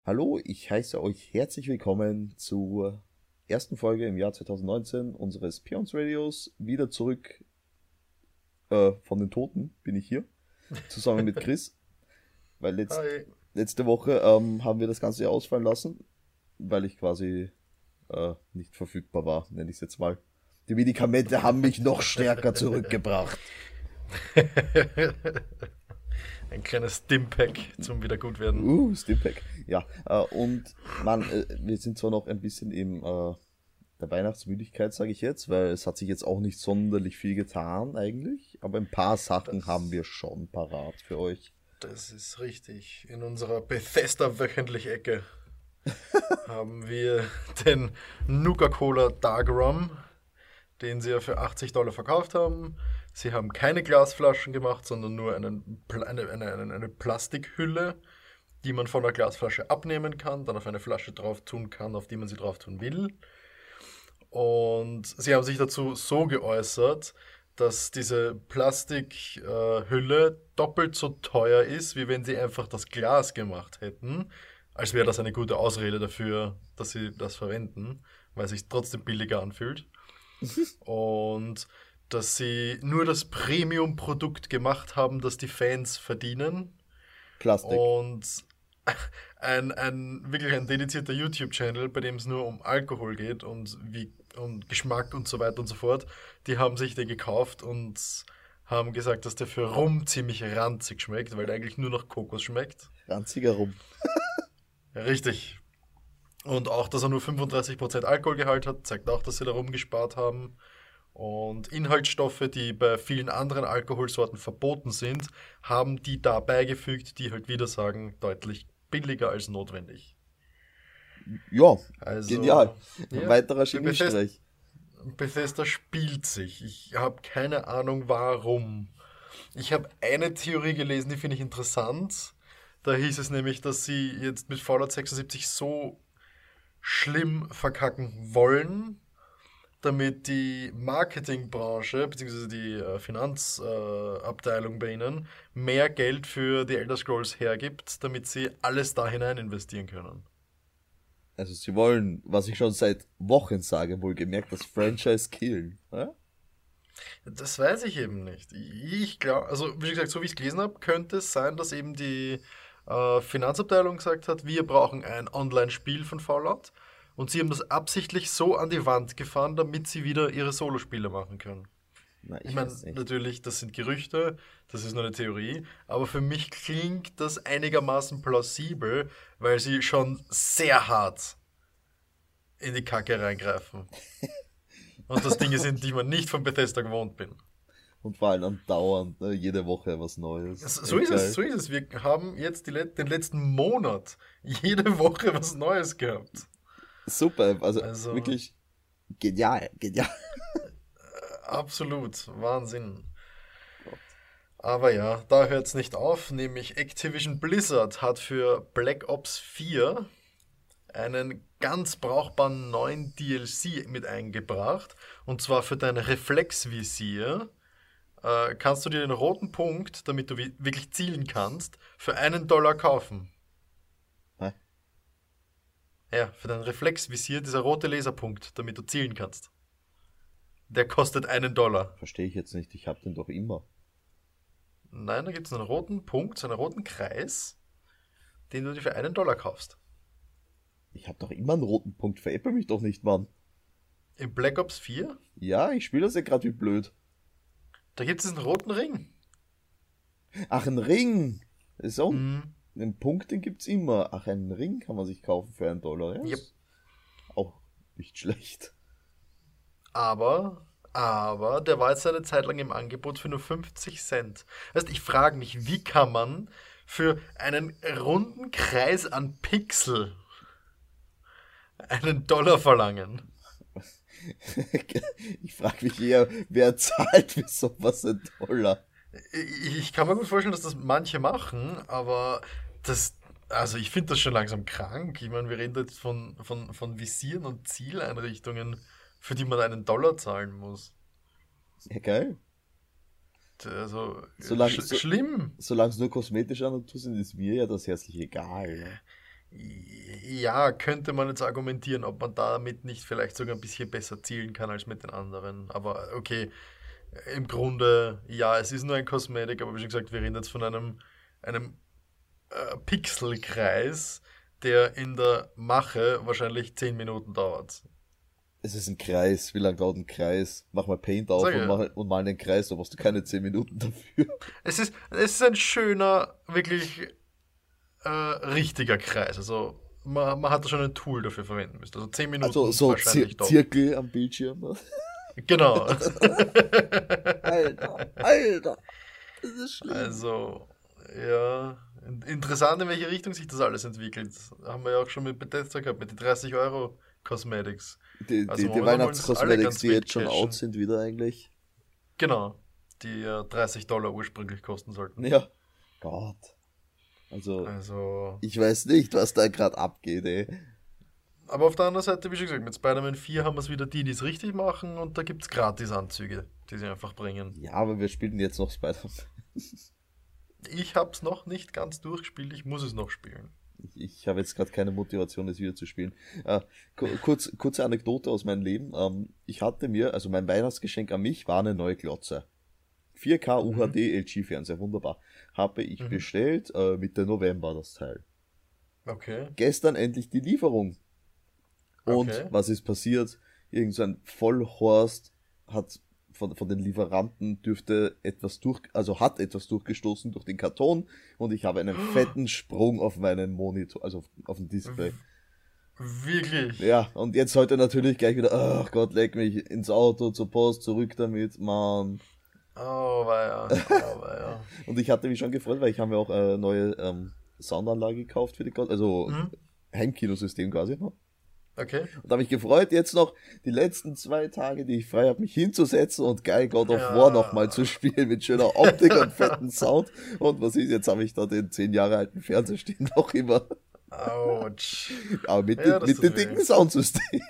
Hallo, ich heiße euch herzlich willkommen zur ersten Folge im Jahr 2019 unseres Peons Radios. Wieder zurück von den Toten bin ich hier, zusammen mit Chris, weil Hi. letzte Woche haben wir das Ganze ausfallen lassen, weil ich quasi nicht verfügbar war, nenne ich es jetzt mal. Die Medikamente haben mich noch stärker zurückgebracht. Ein kleines Stimpack zum Wiedergutwerden. Stimpack. Ja, und man, wir sind zwar noch ein bisschen der Weihnachtsmüdigkeit, sage ich jetzt, weil es hat sich jetzt auch nicht sonderlich viel getan eigentlich, aber ein paar Sachen haben Das, wir schon parat für euch. das ist richtig. In unserer Bethesda wöchentlich Ecke haben wir den Nuka-Cola Dark Rum, den sie ja für $80 verkauft haben. Sie haben keine Glasflaschen gemacht, sondern nur eine Plastikhülle, die man von der Glasflasche abnehmen kann, dann auf eine Flasche drauf tun kann, auf die man sie drauf tun will. Und sie haben sich dazu so geäußert, dass diese Plastikhülle doppelt so teuer ist, wie wenn sie einfach das Glas gemacht hätten. Als wäre das eine gute Ausrede dafür, dass sie das verwenden, weil es sich trotzdem billiger anfühlt. Und dass sie nur das Premium-Produkt gemacht haben, das die Fans verdienen. Plastik. Und wirklich ein dedizierter YouTube-Channel, bei dem es nur um Alkohol geht und Geschmack und so weiter und so fort. Die haben sich den gekauft und haben gesagt, dass der für Rum ziemlich ranzig schmeckt, weil der eigentlich nur nach Kokos schmeckt. Ranziger Rum. Ja, richtig. Und auch, dass er nur 35% Alkoholgehalt hat, zeigt auch, dass sie da rumgespart haben. Und Inhaltsstoffe, die bei vielen anderen Alkoholsorten verboten sind, haben die da beigefügt, die halt wieder sagen, deutlich billiger als notwendig. Ja, genial. Also, ja, Weiterer Bethesda, Geniestreich. Bethesda spielt sich. Ich habe keine Ahnung warum. Ich habe eine Theorie gelesen, die finde ich interessant. Da hieß es nämlich, dass sie jetzt mit Fallout 76 so schlimm verkacken wollen, damit die Marketingbranche bzw. die Finanzabteilung bei ihnen mehr Geld für die Elder Scrolls hergibt, damit sie alles da hinein investieren können. Also sie wollen, was ich schon seit Wochen sage, wohlgemerkt, das Franchise killen. Ja? Das weiß ich eben nicht. Ich glaube, also wie gesagt, so wie ich es gelesen habe, könnte es sein, dass eben die Finanzabteilung gesagt hat, wir brauchen ein Online-Spiel von Fallout. Und sie haben das absichtlich so an die Wand gefahren, damit sie wieder ihre Solospiele machen können. Na, Ich ich meine, weiß nicht. natürlich, das sind Gerüchte, das ist nur eine Theorie, aber für mich klingt das einigermaßen plausibel, weil sie schon sehr hart in die Kacke reingreifen. Und das Dinge sind, die man nicht von Bethesda gewohnt bin. Und vor allem andauernd, ne? Jede Woche was Neues. So ist es, Geil. so ist es. Wir haben jetzt den letzten Monat jede Woche was Neues gehabt. Super, also Also wirklich genial, genial. absolut Wahnsinn. Gott. Aber ja, da hört es nicht auf, nämlich Activision Blizzard hat für Black Ops 4 einen ganz brauchbaren neuen DLC mit eingebracht. Und zwar für dein Reflexvisier kannst du dir den roten Punkt, damit du wirklich zielen kannst, für $1 kaufen. Hä? Ja, für dein Reflexvisier dieser rote Laserpunkt, damit du zielen kannst. Der kostet $1. Verstehe ich jetzt nicht, ich hab den doch immer. Nein, da gibt es einen roten Punkt, so einen roten Kreis, den du dir für $1 kaufst. Ich hab doch immer einen roten Punkt, veräpple mich doch nicht, Mann. Im Black Ops 4, Ja, ich spiele das ja gerade wie blöd. da gibt es diesen roten Ring. Ach, ein Ring. So, Hm, einen Punkt, den gibt's immer. Ach, einen Ring kann man sich kaufen für $1. Ja, yep. ist auch nicht schlecht. Aber, der war jetzt eine Zeit lang im Angebot für nur 50 Cent. Weißt, ich frage mich, wie kann man für einen runden Kreis an Pixel $1 verlangen? Ich frage mich eher, wer zahlt für sowas $1? Ich kann mir gut vorstellen, dass das manche machen, aber also ich finde das schon langsam krank. Ich meine, wir reden jetzt von Visieren und Zieleinrichtungen, für die man $1 zahlen muss. Ja, geil. Also, Solange schlimm. solange es nur kosmetischer Natur sind, ist mir ja das herzlich egal. Ne? Ja, könnte man jetzt argumentieren, ob man damit nicht vielleicht sogar ein bisschen besser zielen kann als mit den anderen. Aber okay, im Grunde, ja, es ist nur ein Kosmetik, aber wie schon gesagt, wir reden jetzt von einem Pixelkreis, der in der Mache wahrscheinlich 10 Minuten dauert. Es ist ein Kreis. Wie lange dauert ein Kreis? Mach mal Paint auf Sag ja. und mal einen Kreis, da brauchst du keine 10 Minuten dafür. Es ist ein schöner, wirklich richtiger Kreis. Also man hat da schon ein Tool dafür verwenden müssen. Also 10 Also Minuten so wahrscheinlich doch. Zirkel am Bildschirm. Ne? Genau. Alter, das ist schlimm. Also, ja. Interessant, in welche Richtung sich das alles entwickelt. Haben wir ja auch schon mit Bethesda gehabt, mit den 30 Euro Cosmetics. Also Die momentan wollen sie es alle Weihnachtscosmetics, ganz die wild jetzt schon out cashen. sind wieder eigentlich. Genau. Die $30 ursprünglich kosten sollten. Ja. Gott. Also, Also. ich weiß nicht, was da gerade abgeht, ey. Aber auf der anderen Seite, wie schon gesagt, mit Spider-Man 4 haben wir es wieder die es richtig machen und da gibt es Gratis-Anzüge, die sie einfach bringen. Ja, aber wir spielen jetzt noch Spider-Man. Ich habe es noch nicht ganz durchgespielt, ich muss es noch spielen. Ich habe jetzt gerade keine Motivation, das wieder zu spielen. Kurze Anekdote aus meinem Leben. Ich hatte mir, also mein Weihnachtsgeschenk an mich war eine neue Glotze. 4K Mhm. UHD LG-Fernseher, wunderbar. Habe ich Mhm. bestellt, Mitte November das Teil. Okay, Gestern endlich die Lieferung. Und okay. was ist passiert? Irgend so ein Vollhorst hat von den Lieferanten hat etwas durchgestoßen durch den Karton und ich habe einen fetten Sprung auf meinen Monitor, also auf dem Display. Wirklich? Ja, und jetzt heute natürlich gleich wieder, ach Gott, leck mich ins Auto, zur Post, zurück damit, Mann. Oh, weia. Oh, weia. Und ich hatte mich schon gefreut, weil ich habe mir auch eine neue Soundanlage gekauft für die also Mhm. Heimkinosystem quasi. Ne? Okay. Und habe mich gefreut, jetzt noch die letzten 2 Tage, die ich frei habe, mich hinzusetzen und geil God of War nochmal zu Ja. spielen mit schöner Optik und fetten Sound. Und was ist, jetzt habe ich da den 10 Jahre alten Fernseher stehen, noch immer. Autsch. Aber Ja, das mit tut dem weh. dicken Soundsystem.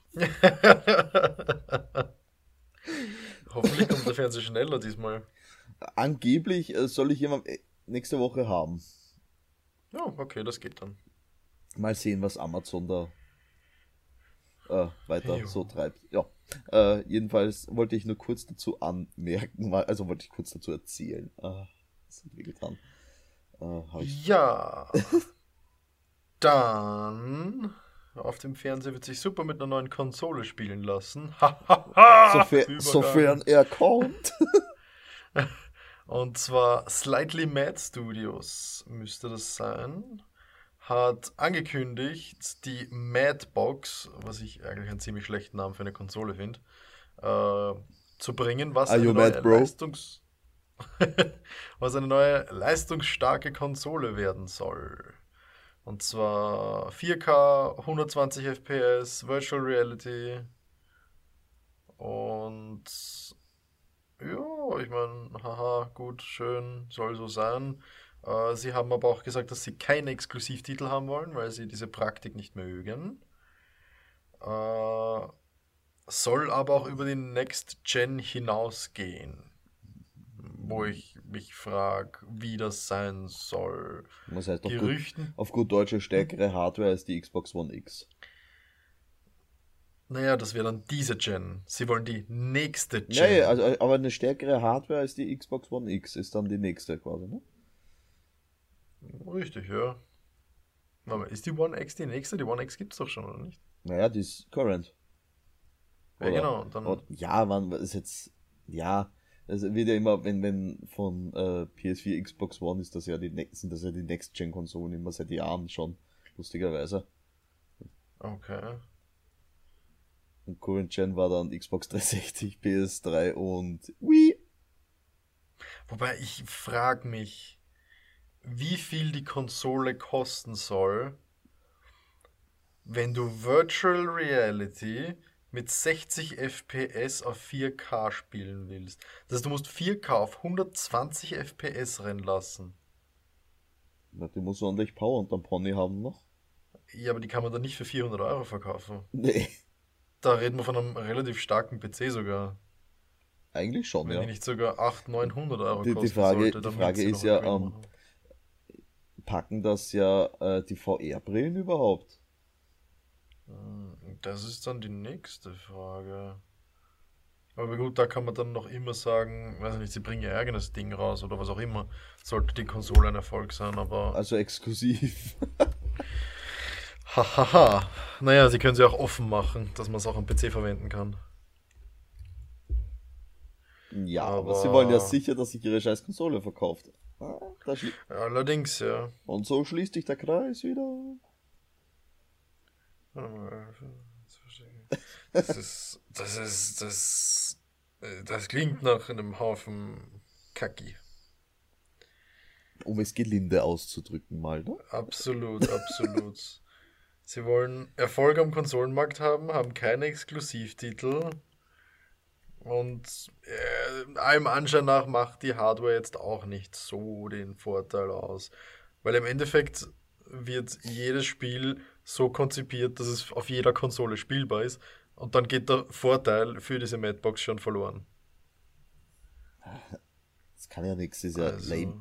Hoffentlich kommt der Fernseher schneller diesmal. Angeblich soll ich jemand nächste Woche haben. Oh, okay, das geht dann. Mal sehen, was Amazon da weiter Jo. so treibt. Ja. Jedenfalls wollte ich nur kurz dazu anmerken, also wollte ich kurz dazu erzählen. Das hat mir getan. Habe ich. Ja, dann auf dem Fernseher wird sich super mit einer neuen Konsole spielen lassen. Hahaha, Sofern Übergang. er kommt. Und zwar Slightly Mad Studios müsste das sein. Hat angekündigt, die Madbox, was ich eigentlich einen ziemlich schlechten Namen für eine Konsole finde, zu bringen, Are you mad, bro? was eine neue leistungsstarke Konsole werden soll. Und zwar 4K, 120 FPS, Virtual Reality und ja, ich meine, haha, gut, schön, soll so sein. Sie haben aber auch gesagt, dass sie keine Exklusivtitel haben wollen, weil sie diese Praktik nicht mögen. Äh, Soll aber auch über die Next Gen hinausgehen. Wo ich mich frage, wie das sein soll. Das heißt Gerüchten? auf gut Deutsche Hm? stärkere Hardware als die Xbox One X. Naja, das wäre dann diese Gen. Sie wollen die nächste Nee, Gen. aber eine stärkere Hardware als die Xbox One X ist dann die nächste quasi, ne? Richtig, ja. Warte mal, ist die One X die nächste? Die One X gibt es doch schon, oder nicht? Naja, die ist current. Ja, Oder, genau. Und dann, ja, man ist jetzt, ja, es wird ja immer, wenn von PS4, Xbox One ist das ja sind das ja die Next-Gen-Konsolen immer seit Jahren schon, lustigerweise. okay. Und Current Gen war dann Xbox 360, PS3 und Wii. Wobei ich frage mich, wie viel die Konsole kosten soll, wenn du Virtual Reality mit 60 FPS auf 4K spielen willst. Das heißt, du musst 4K auf 120 FPS rennen lassen. Na, die muss ordentlich Power und dann Pony haben noch. Ja, aber die kann man dann nicht für 400 Euro verkaufen. Nee, Da reden wir von einem relativ starken PC sogar. eigentlich schon, Wenn die ja. nicht sogar 800, 900 Euro Die kosten sollte, Die dann bringt Frage sie ist noch einen ja, Gewinn machen. packen das ja die VR-Brillen überhaupt? Das ist dann die nächste Frage. Aber gut, da kann man dann noch immer sagen, weiß ich nicht, sie bringen ihr eigenes Ding raus oder was auch immer. Sollte die Konsole ein Erfolg sein, aber. Also exklusiv. Hahaha. Naja, sie können sie auch offen machen, dass man es auch am PC verwenden kann. Ja, aber sie wollen ja sicher, dass sich ihre scheiß Konsole verkauft. Allerdings, ja. Und so schließt sich der Kreis wieder. Das klingt nach einem Haufen Kacki. Um es gelinde auszudrücken mal, ne? Absolut, absolut. Sie wollen Erfolg am Konsolenmarkt haben keine Exklusivtitel und allem Anschein nach macht die Hardware jetzt auch nicht so den Vorteil aus. Weil im Endeffekt wird jedes Spiel so konzipiert, dass es auf jeder Konsole spielbar ist und dann geht der Vorteil für diese Madbox schon verloren. Das kann ja nichts, das ist ja lame.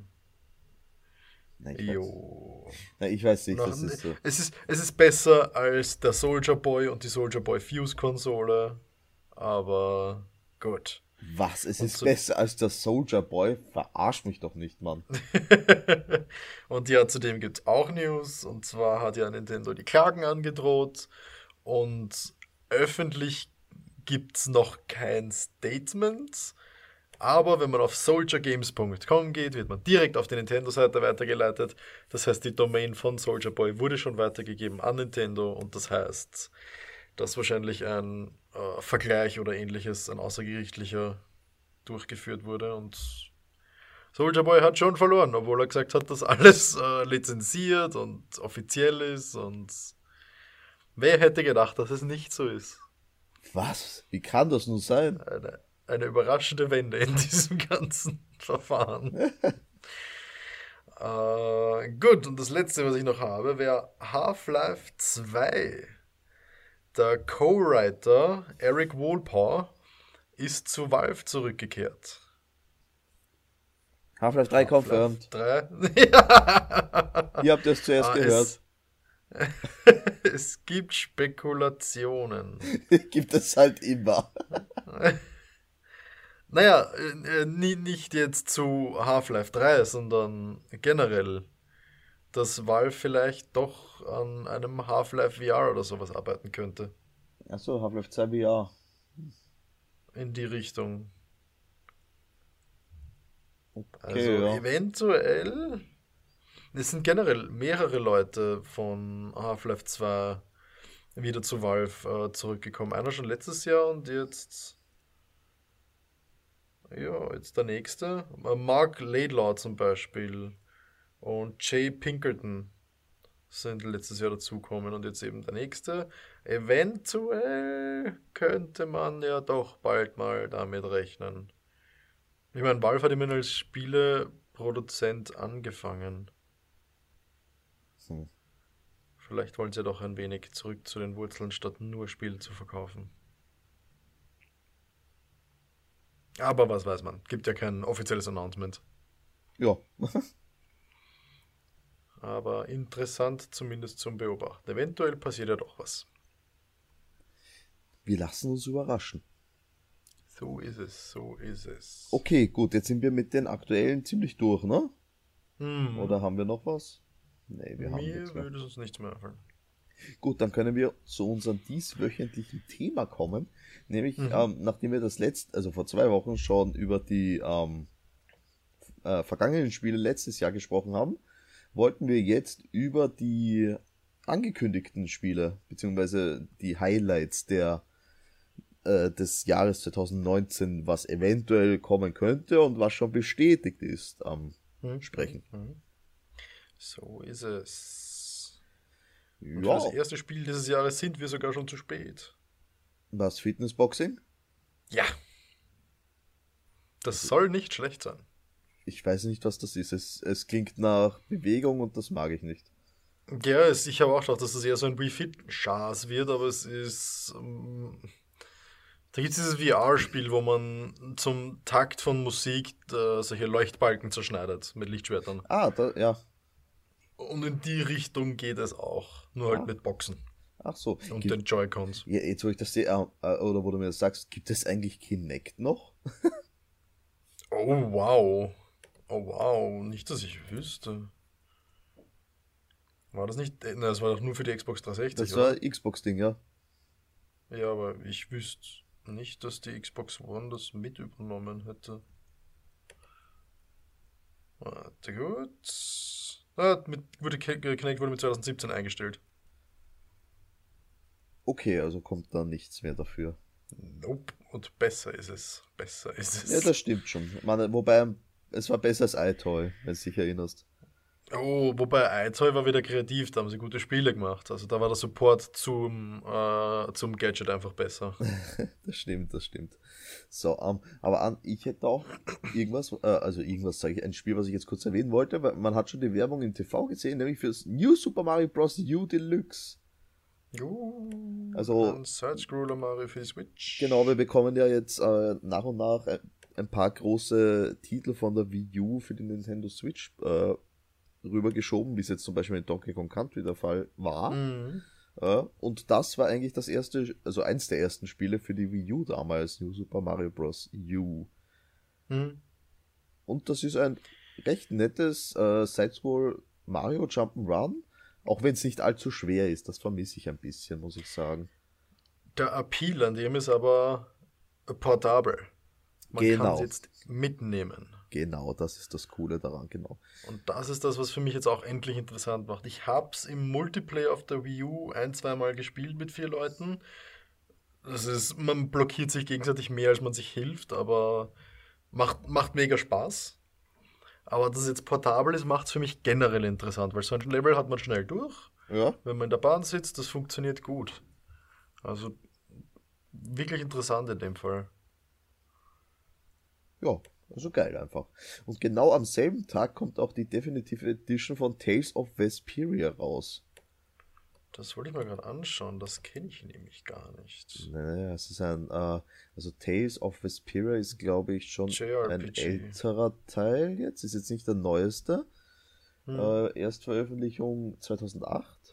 Jo. Nein, ich weiß nicht, das ist so. Es ist besser als der Soulja Boy und die Soulja Boy Fuse Konsole, aber gut. Was? Es ist besser als der Soulja Boy? Verarsch mich doch nicht, Mann. Und ja, zudem gibt es auch News, und zwar hat ja Nintendo die Klagen angedroht und öffentlich gibt es noch kein Statement. Aber wenn man auf soldiergames.com geht, wird man direkt auf die Nintendo-Seite weitergeleitet. Das heißt, die Domain von Soulja Boy wurde schon weitergegeben an Nintendo und das heißt, dass wahrscheinlich ein Vergleich oder ähnliches, ein außergerichtlicher, durchgeführt wurde und Soulja Boy hat schon verloren, obwohl er gesagt hat, dass alles lizenziert und offiziell ist und wer hätte gedacht, dass es nicht so ist? Was? Wie kann das nun sein? Eine überraschende Wende in diesem ganzen Verfahren. Gut, und das letzte, was ich noch habe, wäre Half-Life 2. Der Co-Writer Eric Wolpaw ist zu Valve zurückgekehrt. Half-Life 3 confirmed. 3? Ihr habt das zuerst gehört. Es gibt Spekulationen. Gibt es halt immer. Naja, nicht jetzt zu Half-Life 3, sondern generell, dass Valve vielleicht doch an einem Half-Life VR oder sowas arbeiten könnte. Achso, Half-Life 2 VR. In die Richtung. Okay, also ja. eventuell, es sind generell mehrere Leute von Half-Life 2 wieder zu Valve zurückgekommen. Einer schon letztes Jahr und jetzt der nächste. Mark Laidlaw zum Beispiel und Jay Pinkerton sind letztes Jahr dazugekommen und jetzt eben der nächste. Eventuell könnte man ja doch bald mal damit rechnen. Ich meine, Valve hat immerhin als Spieleproduzent angefangen. Vielleicht wollen sie doch ein wenig zurück zu den Wurzeln, statt nur Spiele zu verkaufen. Aber was weiß man? Gibt ja kein offizielles Announcement. Ja. Aber interessant zumindest zum Beobachten. Eventuell passiert ja doch was. Wir lassen uns überraschen. So ist es, so ist es. Okay, gut, jetzt sind wir mit den aktuellen ziemlich durch, ne? Oder haben wir noch was? Nee, wir haben nichts mehr. Mir würde es nichts mehr einfallen. Gut, dann können wir zu unserem dieswöchentlichen Thema kommen. Nämlich, nachdem wir vor 2 Wochen schon über die vergangenen Spiele letztes Jahr gesprochen haben, wollten wir jetzt über die angekündigten Spiele, beziehungsweise die Highlights des Jahres 2019, was eventuell kommen könnte und was schon bestätigt ist, sprechen. So ist es. Und Ja. für das erste Spiel dieses Jahres sind wir sogar schon zu spät. Was, Fitnessboxing? Ja. Das soll nicht schlecht sein. Ich weiß nicht, was das ist. Es klingt nach Bewegung und das mag ich nicht. Ja, ich habe auch gedacht, dass das eher so ein Wii Fit-Schaß wird, aber es ist... da gibt es dieses VR-Spiel, wo man zum Takt von Musik solche Leuchtbalken zerschneidet mit Lichtschwertern. Ja. Und in die Richtung geht es auch. Nur halt Ah, mit Boxen ach so. und den Joy-Cons. Ja, jetzt, wo ich das sehe, oder wo du mir das sagst, gibt es eigentlich Kinect noch? Oh, wow. Oh, wow. Nicht, dass ich wüsste. War das nicht? Ne, das war doch nur für die Xbox 360, Das war oder? ein Xbox-Ding, ja. Ja, aber ich wüsste nicht, dass die Xbox One das mit übernommen hätte. Warte gut. Kinect wurde mit 2017 eingestellt. Okay, also kommt da nichts mehr dafür. Nope. Und besser ist es. Besser ist Ja, es. das stimmt schon. Man, wobei, es war besser als iToy, wenn du dich erinnerst. Oh, wobei iToy war wieder kreativ, da haben sie gute Spiele gemacht. Also da war der Support zum Gadget einfach besser. Das stimmt, das stimmt. So, aber ich hätte auch irgendwas, also irgendwas sage ich, ein Spiel, was ich jetzt kurz erwähnen wollte, weil man hat schon die Werbung im TV gesehen, nämlich fürs New Super Mario Bros. U Deluxe. Also, Ein Side-Scroller Mario für die Switch. genau, wir bekommen ja jetzt nach und nach ein paar große Titel von der Wii U für die Nintendo Switch rübergeschoben, wie es jetzt zum Beispiel in Donkey Kong Country der Fall war. Mhm. Und das war eigentlich das erste, also eins der ersten Spiele für die Wii U damals, New Super Mario Bros. U. Mhm. Und das ist ein recht nettes Side-Scroll Mario Jump'n'Run, auch wenn es nicht allzu schwer ist. Das vermisse ich ein bisschen, muss ich sagen. Der Appeal an dem ist aber portabel. Man kann es Genau, jetzt mitnehmen. genau, das ist das Coole daran, genau. Und das ist das, was für mich jetzt auch endlich interessant macht. Ich habe es im Multiplayer auf der Wii U ein, zweimal gespielt mit 4 Leuten. Das ist, man blockiert sich gegenseitig mehr, als man sich hilft, aber macht mega Spaß. Aber dass es jetzt portabel ist, macht es für mich generell interessant, weil so ein Level hat man schnell durch. Ja, Wenn man in der Bahn sitzt, das funktioniert gut. Also wirklich interessant in dem Fall. ja, also geil einfach. Und genau am selben Tag kommt auch die Definitive Edition von Tales of Vesperia raus. Das wollte ich mal gerade anschauen, das kenne ich nämlich gar nicht. Naja, es ist also Tales of Vesperia ist, glaube ich, schon ein JRPG. älterer Teil jetzt, ist jetzt nicht der neueste. Hm. Erstveröffentlichung 2008.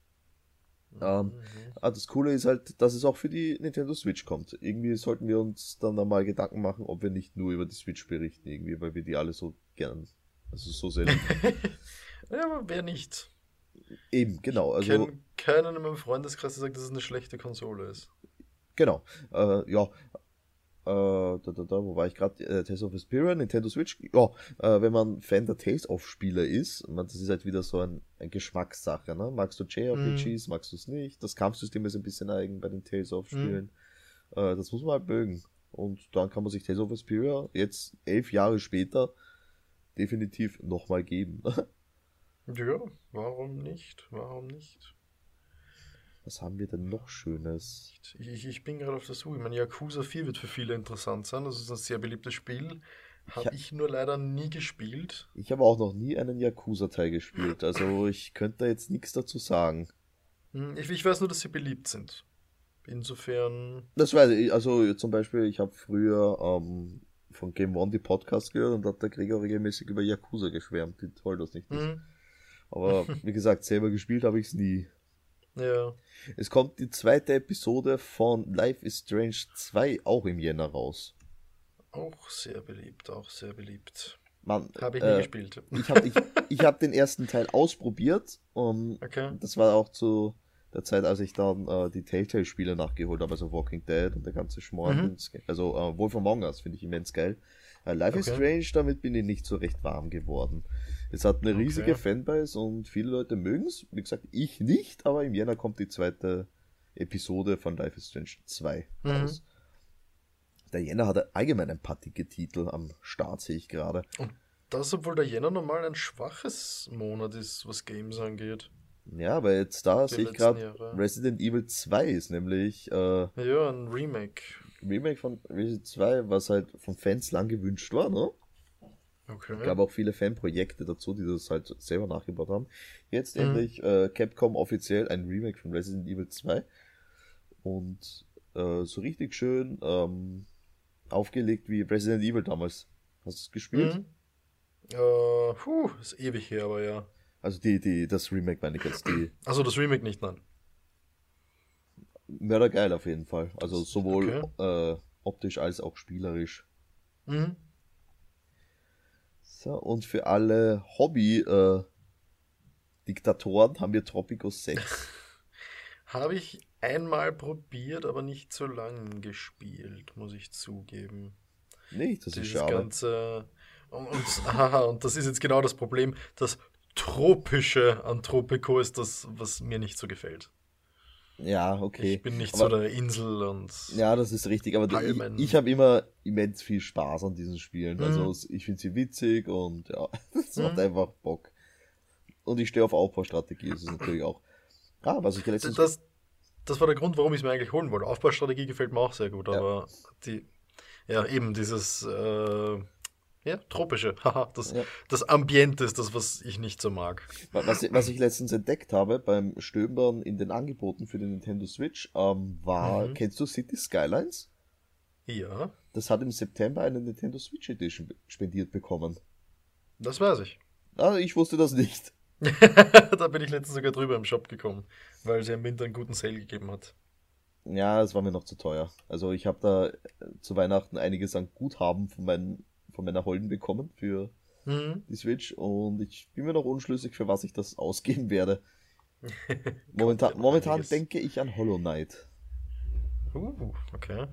Ähm, Mhm. das Coole ist halt, dass es auch für die Nintendo Switch kommt. Irgendwie sollten wir uns dann einmal Gedanken machen, ob wir nicht nur über die Switch berichten, irgendwie, weil wir die alle so gern, also so sehr lieben. Ja, aber wer nicht? Eben, genau, Ich also kenne keinen in meinem Freundeskreis, der sagt, dass es eine schlechte Konsole ist. genau. Ja, wo war ich gerade? Tales of Vesperia, Nintendo Switch. Ja, wenn man Fan der Tales of Spieler ist, das ist halt wieder so ein Geschmackssache, ne? Magst du Hm. JRPGs, magst du es nicht? Das Kampfsystem ist ein bisschen eigen bei den Tales of Hm. Spielen. Das muss man halt mögen. Und dann kann man sich Tales of Vesperia jetzt 11 Jahre später definitiv nochmal geben. Ja, warum nicht? Warum nicht? Was haben wir denn noch Schönes? Ich bin gerade auf der Suche. Ich meine, Yakuza 4 wird für viele interessant sein. Das ist ein sehr beliebtes Spiel. Ich, Habe ich nur leider nie gespielt. ich habe auch noch nie einen Yakuza-Teil gespielt, also ich könnte da jetzt nichts dazu sagen. Ich weiß nur, dass sie beliebt sind. Insofern. Das weiß ich, also zum Beispiel, ich habe früher von Game One die Podcast gehört und da hat der Gregor regelmäßig über Yakuza geschwärmt, wie toll das nicht ist. Hm, Aber wie gesagt, selber gespielt habe ich es nie. ja, Es kommt die zweite Episode von Life is Strange 2 auch im Jänner raus. auch sehr beliebt, auch sehr beliebt. Man, Habe ich nie gespielt. ich hab den ersten Teil ausprobiert und Okay. das war auch zu der Zeit, als ich dann die Telltale-Spiele nachgeholt habe, also Walking Dead und der ganze Schmarrn. Mhm. Also Wolf Among Us finde ich immens geil. Life is Okay. Strange, damit bin ich nicht so recht warm geworden. Es hat eine riesige Okay. Fanbase und viele Leute mögen es. Wie gesagt, ich nicht, aber im Jänner kommt die zweite Episode von Life is Strange 2 Mhm. raus. Der Jänner hat allgemein ein paar dicke Titel am Start, sehe ich gerade. Und das, obwohl der Jänner normal ein schwaches Monat ist, was Games angeht. Ja, aber jetzt da Die sehe ich letzten gerade, Jahre. Resident Evil 2 ist nämlich Ja, ein Remake. Remake von Resident 2, was halt von Fans lang gewünscht war, ne? Okay. Gab auch viele Fanprojekte dazu, die das halt selber nachgebaut haben. Jetzt Mhm. endlich Capcom offiziell ein Remake von Resident Evil 2 und so richtig schön aufgelegt wie Resident Evil damals. Hast du es gespielt? Mhm. Ist ewig her, aber ja. Also das Remake meine ich jetzt, die Also das Remake nicht, nein. wäre geil auf jeden Fall. Also sowohl Okay. optisch als auch spielerisch. Mhm. So, und für alle Hobby-Diktatoren haben wir Tropico 6. Habe ich einmal probiert, aber nicht so lang gespielt, muss ich zugeben. Nee, das ist Dieses schade. ganze. Haha, und das ist jetzt genau das Problem. Das Tropische an Tropico ist das, was mir nicht so gefällt. Ja, Ich okay. bin nicht so Aber der Insel und ja, das ist richtig. Aber ich Palmen. habe immer immens viel Spaß an diesen Spielen. Also Mhm. ich finde sie witzig und ja, es macht Mhm. einfach Bock. Und ich stehe auf Aufbaustrategie, das ist natürlich auch. Ah, was ich letztens. Das, das war der Grund, warum ich es mir eigentlich holen wollte. Aufbaustrategie gefällt mir auch sehr gut, Ja, aber die, ja, eben dieses ja, tropische, haha, ja. das Ambiente ist das, was ich nicht so mag. Was ich letztens entdeckt habe beim Stöbern in den Angeboten für den Nintendo Switch, Mhm. kennst du City Skylines? Ja, Das hat im September eine Nintendo Switch Edition spendiert bekommen. das weiß ich. Ah, ich wusste das nicht. Da bin ich letztens sogar drüber im Shop gekommen, weil sie im Winter einen guten Sale gegeben hat. Ja, es war mir noch zu teuer. Also ich habe da zu Weihnachten einiges an Guthaben von meiner Holden bekommen für Mhm. die Switch und ich bin mir noch unschlüssig, für was ich das ausgeben werde. Kommt ja noch Momentan einiges. denke ich an Hollow Knight. Okay.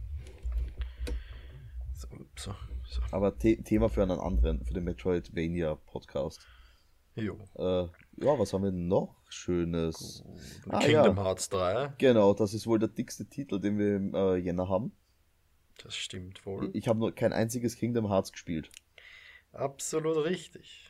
So, so, so. Aber Thema für einen anderen, für den Metroidvania Podcast. Jo. Ja, was haben wir noch Schönes? Gut. Ah Kingdom ja, Hearts 3. genau, das ist wohl der dickste Titel, den wir im Jänner haben. Das stimmt wohl. Ich habe noch kein einziges Kingdom Hearts gespielt. Absolut richtig.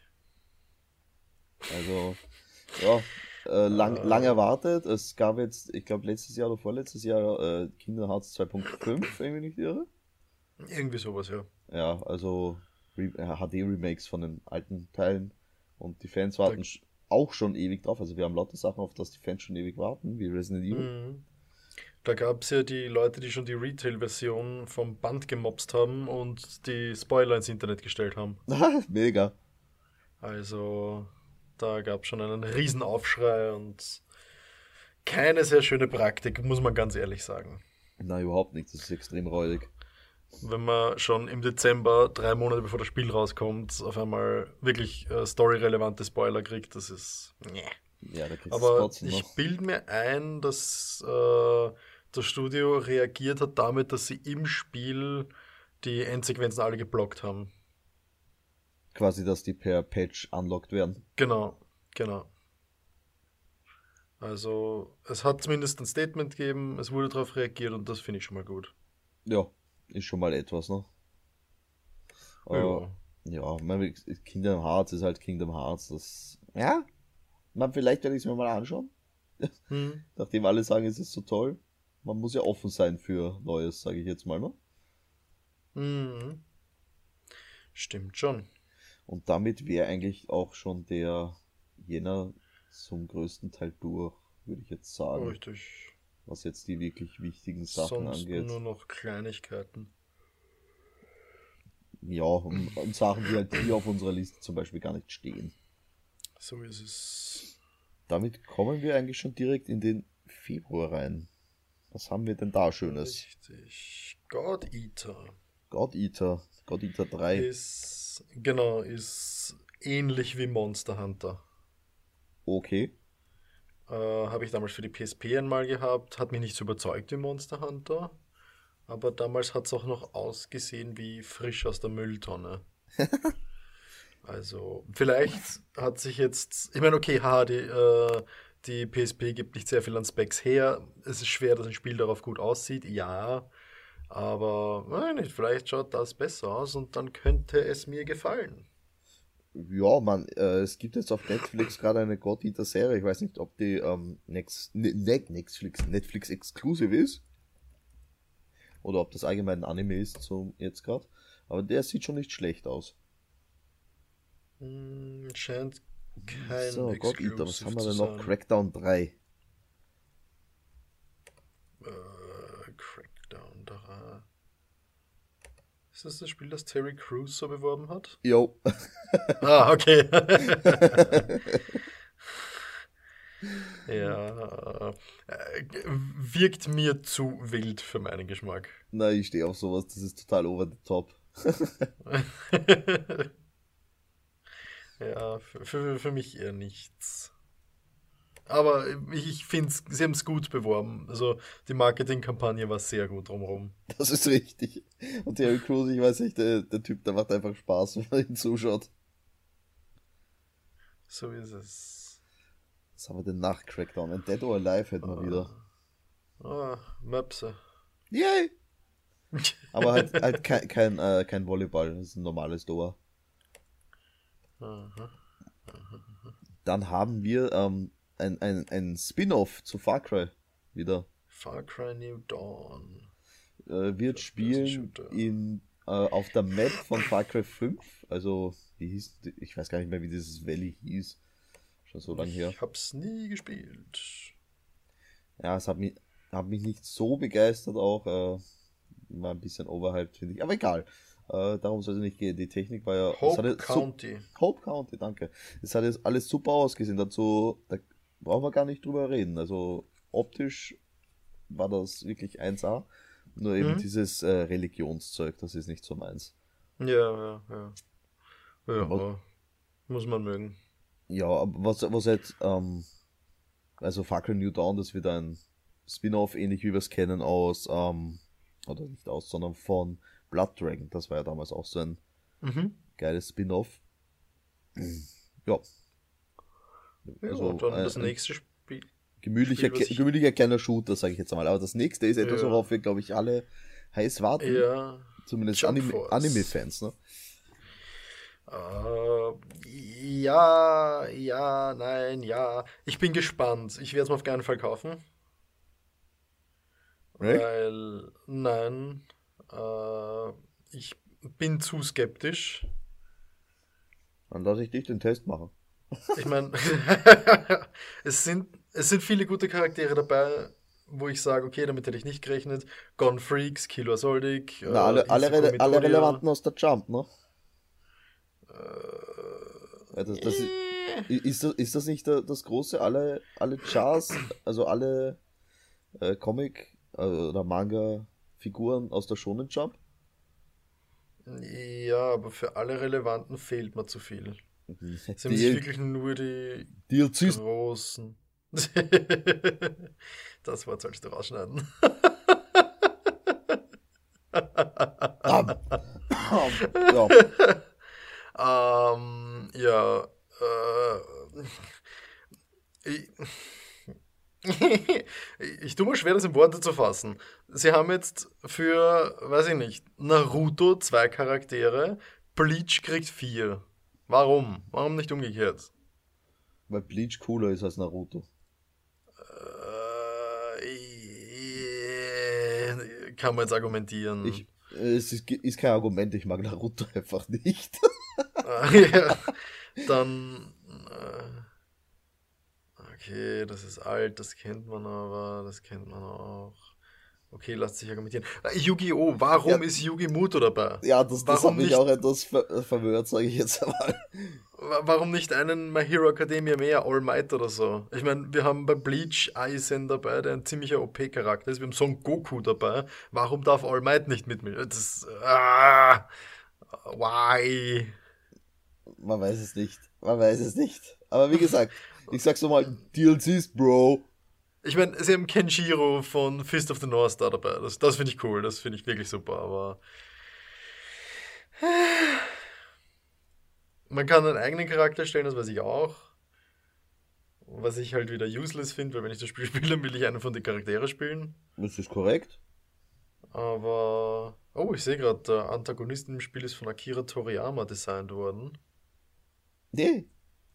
Also, ja, lang Äh, erwartet. Es gab jetzt, ich glaube, letztes Jahr oder vorletztes Jahr Kingdom Hearts 2.5, wenn ich mich nicht irre. irgendwie sowas, ja. Ja, also HD-Remakes von den alten Teilen. Und die Fans Da, warten auch schon ewig drauf. Also wir haben lauter Sachen, auf das die Fans schon ewig warten, wie Resident Evil. mhm. Da gab es ja die Leute, die schon die Retail-Version vom Band gemobst haben und die Spoiler ins Internet gestellt haben. Mega. Also da gab es schon einen Riesenaufschrei und keine sehr schöne Praktik, muss man ganz ehrlich sagen. Na, überhaupt nicht. Das ist extrem räudig. Wenn man schon im Dezember, 3 Monate bevor das Spiel rauskommt, auf einmal wirklich storyrelevante Spoiler kriegt, das ist. Nee. Ja, da kriegst du Aber Kotzen, ne? ich bilde mir ein, dass das Studio reagiert hat damit, dass sie im Spiel die Endsequenzen alle geblockt haben. Quasi, dass die per Patch unlocked werden. Genau, genau. Also es hat zumindest ein Statement gegeben, es wurde darauf reagiert und das finde ich schon mal gut. Ja, ist schon mal etwas, ne? Äh, Ja. ja, Kingdom Hearts ist halt Kingdom Hearts. Ja, vielleicht werde ich es mir mal anschauen. Hm. Nachdem alle sagen, es ist so toll. Man muss ja offen sein für Neues, sage ich jetzt mal, ne? Hm. Stimmt schon. Und damit wäre eigentlich auch schon der Jänner zum größten Teil durch, würde ich jetzt sagen. Richtig. Was jetzt die wirklich wichtigen Sachen Sonst nur angeht. noch Kleinigkeiten. Ja, und Sachen, die halt hier auf unserer Liste zum Beispiel gar nicht stehen. So ist es. Damit kommen wir eigentlich schon direkt in den Februar rein. Was haben wir denn da Schönes? Richtig. God Eater God Eater 3. ist ähnlich wie Monster Hunter. Okay. Habe ich damals für die PSP einmal gehabt. Hat mich nicht so überzeugt wie Monster Hunter. Aber damals hat es auch noch ausgesehen wie frisch aus der Mülltonne. Also, vielleicht hat sich jetzt. Ich meine, okay, haha, die PSP gibt nicht sehr viel an Specs her. Es ist schwer, dass ein Spiel darauf gut aussieht, ja. Aber, weiß nicht, vielleicht schaut das besser aus und dann könnte es mir gefallen. Ja, man, es gibt jetzt auf Netflix gerade eine God Eater Serie. Ich weiß nicht, ob die Netflix Exclusive ist oder ob das allgemein ein Anime ist, so jetzt gerade. Aber der sieht schon nicht schlecht aus. Scheint kein So, God Eater, was Exclusive haben wir zu denn noch? sein. Crackdown 3. Crackdown 3. Ist das das Spiel, das Terry Crews so beworben hat? Jo. Ah, okay. Ja, wirkt mir zu wild für meinen Geschmack. Na, ich stehe auf sowas, das ist total over the top. Ja, für mich eher nichts. Aber ich finde, sie haben es gut beworben. Also die Marketingkampagne war sehr gut drumherum. Das ist richtig. Und Terry Crews, ich weiß nicht, der Typ, der macht einfach Spaß, wenn man ihn zuschaut. So ist es. Was haben wir denn nach Crackdown? Ein Dead or Alive hätten wir wieder. Möpse. Yay! Aber halt kein Volleyball, das ist ein normales Door. Aha. Dann haben wir ein Spin-off zu Far Cry wieder. Far Cry New Dawn. Wird spielen auf der Map von Far Cry 5. Also, ich weiß gar nicht mehr, wie dieses Valley hieß. Schon so lange her. Ich hab's nie gespielt. Ja, es hat mich nicht so begeistert auch. War ein bisschen overhyped, finde ich. Aber egal. Darum soll es nicht gehen. Die Technik war ja... Hope County. Hope County, danke. Es hat jetzt alles super ausgesehen. Dazu, da brauchen wir gar nicht drüber reden. Also optisch war das wirklich 1A. Nur eben dieses Religionszeug, das ist nicht so meins. Ja. Ja, muss man mögen. Ja, aber was jetzt, also Far Cry New Dawn, das wird ein Spin-off, ähnlich wie wir es kennen aus, oder nicht aus, sondern von Blood Dragon. Das war ja damals auch so ein geiles Spin-off. Ja. Also dann das nächste Spiel. Gemütlicher kleiner Shooter, sage ich jetzt einmal. Aber das nächste ist etwas, worauf wir, glaube ich, alle heiß warten. Ja. Zumindest Anime-Fans, ne? Ja, nein, ja. Ich bin gespannt. Ich werde es mir auf keinen Fall kaufen. Right? Weil, nein, ich bin zu skeptisch. Dann lasse ich dich den Test machen. Ich meine, es sind viele gute Charaktere dabei, wo ich sage, okay, damit hätte ich nicht gerechnet. Gone Freaks, Kilo Soldic, Na, alle relevanten aus der Jump, ne? Ja, ist das nicht das große? Alle Chars, also alle Comic- oder Manga-Figuren aus der Shonen Jump? Ja, aber für alle Relevanten fehlt mir zu viel. Sie haben sich wirklich nur die DLCs. großen. Das Wort sollst du rausschneiden. Ja. Ja. Ich tue mir schwer, das in Worte zu fassen. Sie haben jetzt für, weiß ich nicht, Naruto 2 Charaktere, Bleach kriegt 4. Warum? Warum nicht umgekehrt? Weil Bleach cooler ist als Naruto. Kann man jetzt argumentieren. Es ist kein Argument, ich mag Naruto einfach nicht. Ja, dann. Okay, das ist alt, das kennt man aber, das kennt man auch. Okay, lasst sich argumentieren. Yu-Gi-Oh! Warum ist Yugi Muto dabei? Ja, das hat mich nicht, auch etwas verwirrt, sage ich jetzt einmal. Warum nicht einen My Hero Academia mehr, All Might oder so? Ich meine, wir haben bei Bleach Aizen dabei, der ein ziemlicher OP-Charakter ist. Wir haben Son Goku dabei. Warum darf All Might nicht mitmachen? Why? Man weiß es nicht. Aber wie gesagt, ich sag's nochmal, DLCs, Bro. Ich meine, sie haben Kenshiro von Fist of the North Star dabei. Das finde ich cool, das finde ich wirklich super, aber man kann einen eigenen Charakter stellen, das weiß ich auch. Was ich halt wieder useless finde, weil wenn ich das Spiel spiele, dann will ich einen von den Charaktere spielen. Das ist korrekt. Aber, ich sehe gerade, der Antagonist im Spiel ist von Akira Toriyama designt worden. Nee.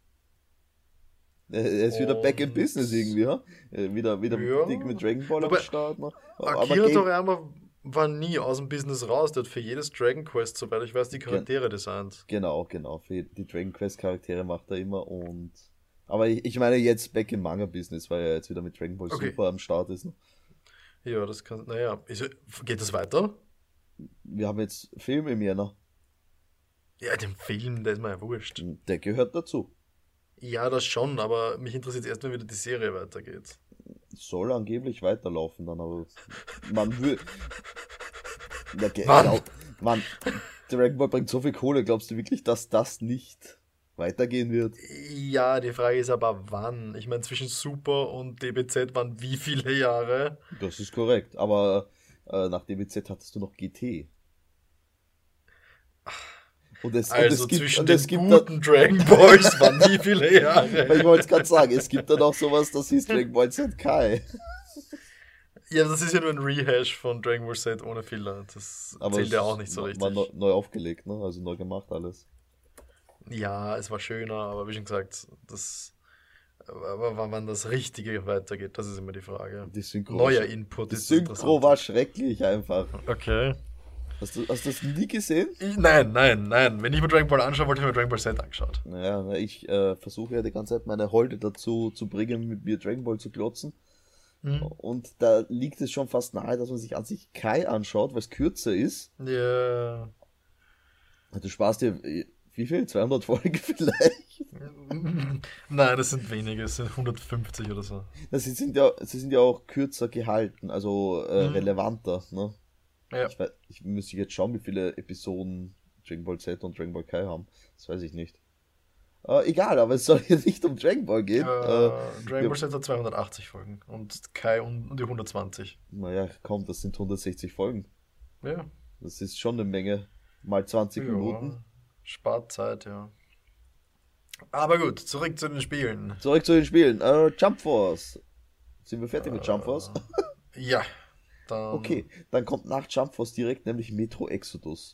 Er ist wieder back in business irgendwie, ja? Wieder dick mit Dragon Ball am Start. Ne? Akira Toriyama war nie aus dem Business raus. Der hat für jedes Dragon Quest, soweit ich weiß, die Charaktere designt. Genau. Für die Dragon Quest Charaktere macht er immer und... Aber ich meine jetzt back im Manga-Business, weil er jetzt wieder mit Dragon Ball Super am Start ist. Ne? Ja, das kann... Naja, geht das weiter? Wir haben jetzt Film im Jänner. Ja, den Film, der ist mir ja wurscht. Der gehört dazu. Ja, das schon, aber mich interessiert erst, wenn wieder die Serie weitergeht. Soll angeblich weiterlaufen dann, aber man will. Ja, Wann? Man, Dragon Ball bringt so viel Kohle, glaubst du wirklich, dass das nicht weitergehen wird? Ja, die Frage ist aber wann. Ich meine, zwischen Super und DBZ waren wie viele Jahre? Das ist korrekt, aber nach DBZ hattest du noch GT. Also zwischen es den gibt dann, guten Dragon Balls waren wie viele Jahre? ich wollte es gerade sagen, es gibt dann auch sowas, das hieß Dragon Ball Z Kai. Ja, das ist ja nur ein Rehash von Dragon Ball Z ohne Filler. Das Aber zählt es ja auch nicht so war richtig. neu aufgelegt, ne? Also neu gemacht alles. Ja, es war schöner, aber wie schon gesagt, aber wann das Richtige weitergeht, das ist immer die Frage. Die Synchro, Neuer Input die ist das Synchro war Interessante. schrecklich einfach. Okay. Hast du das nie gesehen? Nein. Wenn ich mir Dragon Ball anschaue, wollte ich mir Dragon Ball Z angeschaut. Naja, ich versuche ja die ganze Zeit meine Holde dazu zu bringen, mit mir Dragon Ball zu klotzen. Hm. Und da liegt es schon fast nahe, dass man sich an sich Kai anschaut, weil es kürzer ist. Ja. Du sparst dir, wie viel? 200 Folgen vielleicht? Nein, das sind wenige, es sind 150 oder so. Sie sind ja auch kürzer gehalten, also Hm. relevanter. Ne? Ja. Ich müsste jetzt schauen, wie viele Episoden Dragon Ball Z und Dragon Ball Kai haben. Das weiß ich nicht. Egal, aber es soll hier nicht um Dragon Ball gehen. Dragon Ball Z hat 280 Folgen und Kai um die 120. Naja, komm, das sind 160 Folgen. Ja. Das ist schon eine Menge. Mal 20 Minuten. Ja. Spart Zeit, ja. Aber gut, zurück zu den Spielen. Zurück zu den Spielen. Jump Force. Sind wir fertig mit Jump Force? Ja, dann. Okay, dann kommt nach Jump Force direkt nämlich Metro Exodus.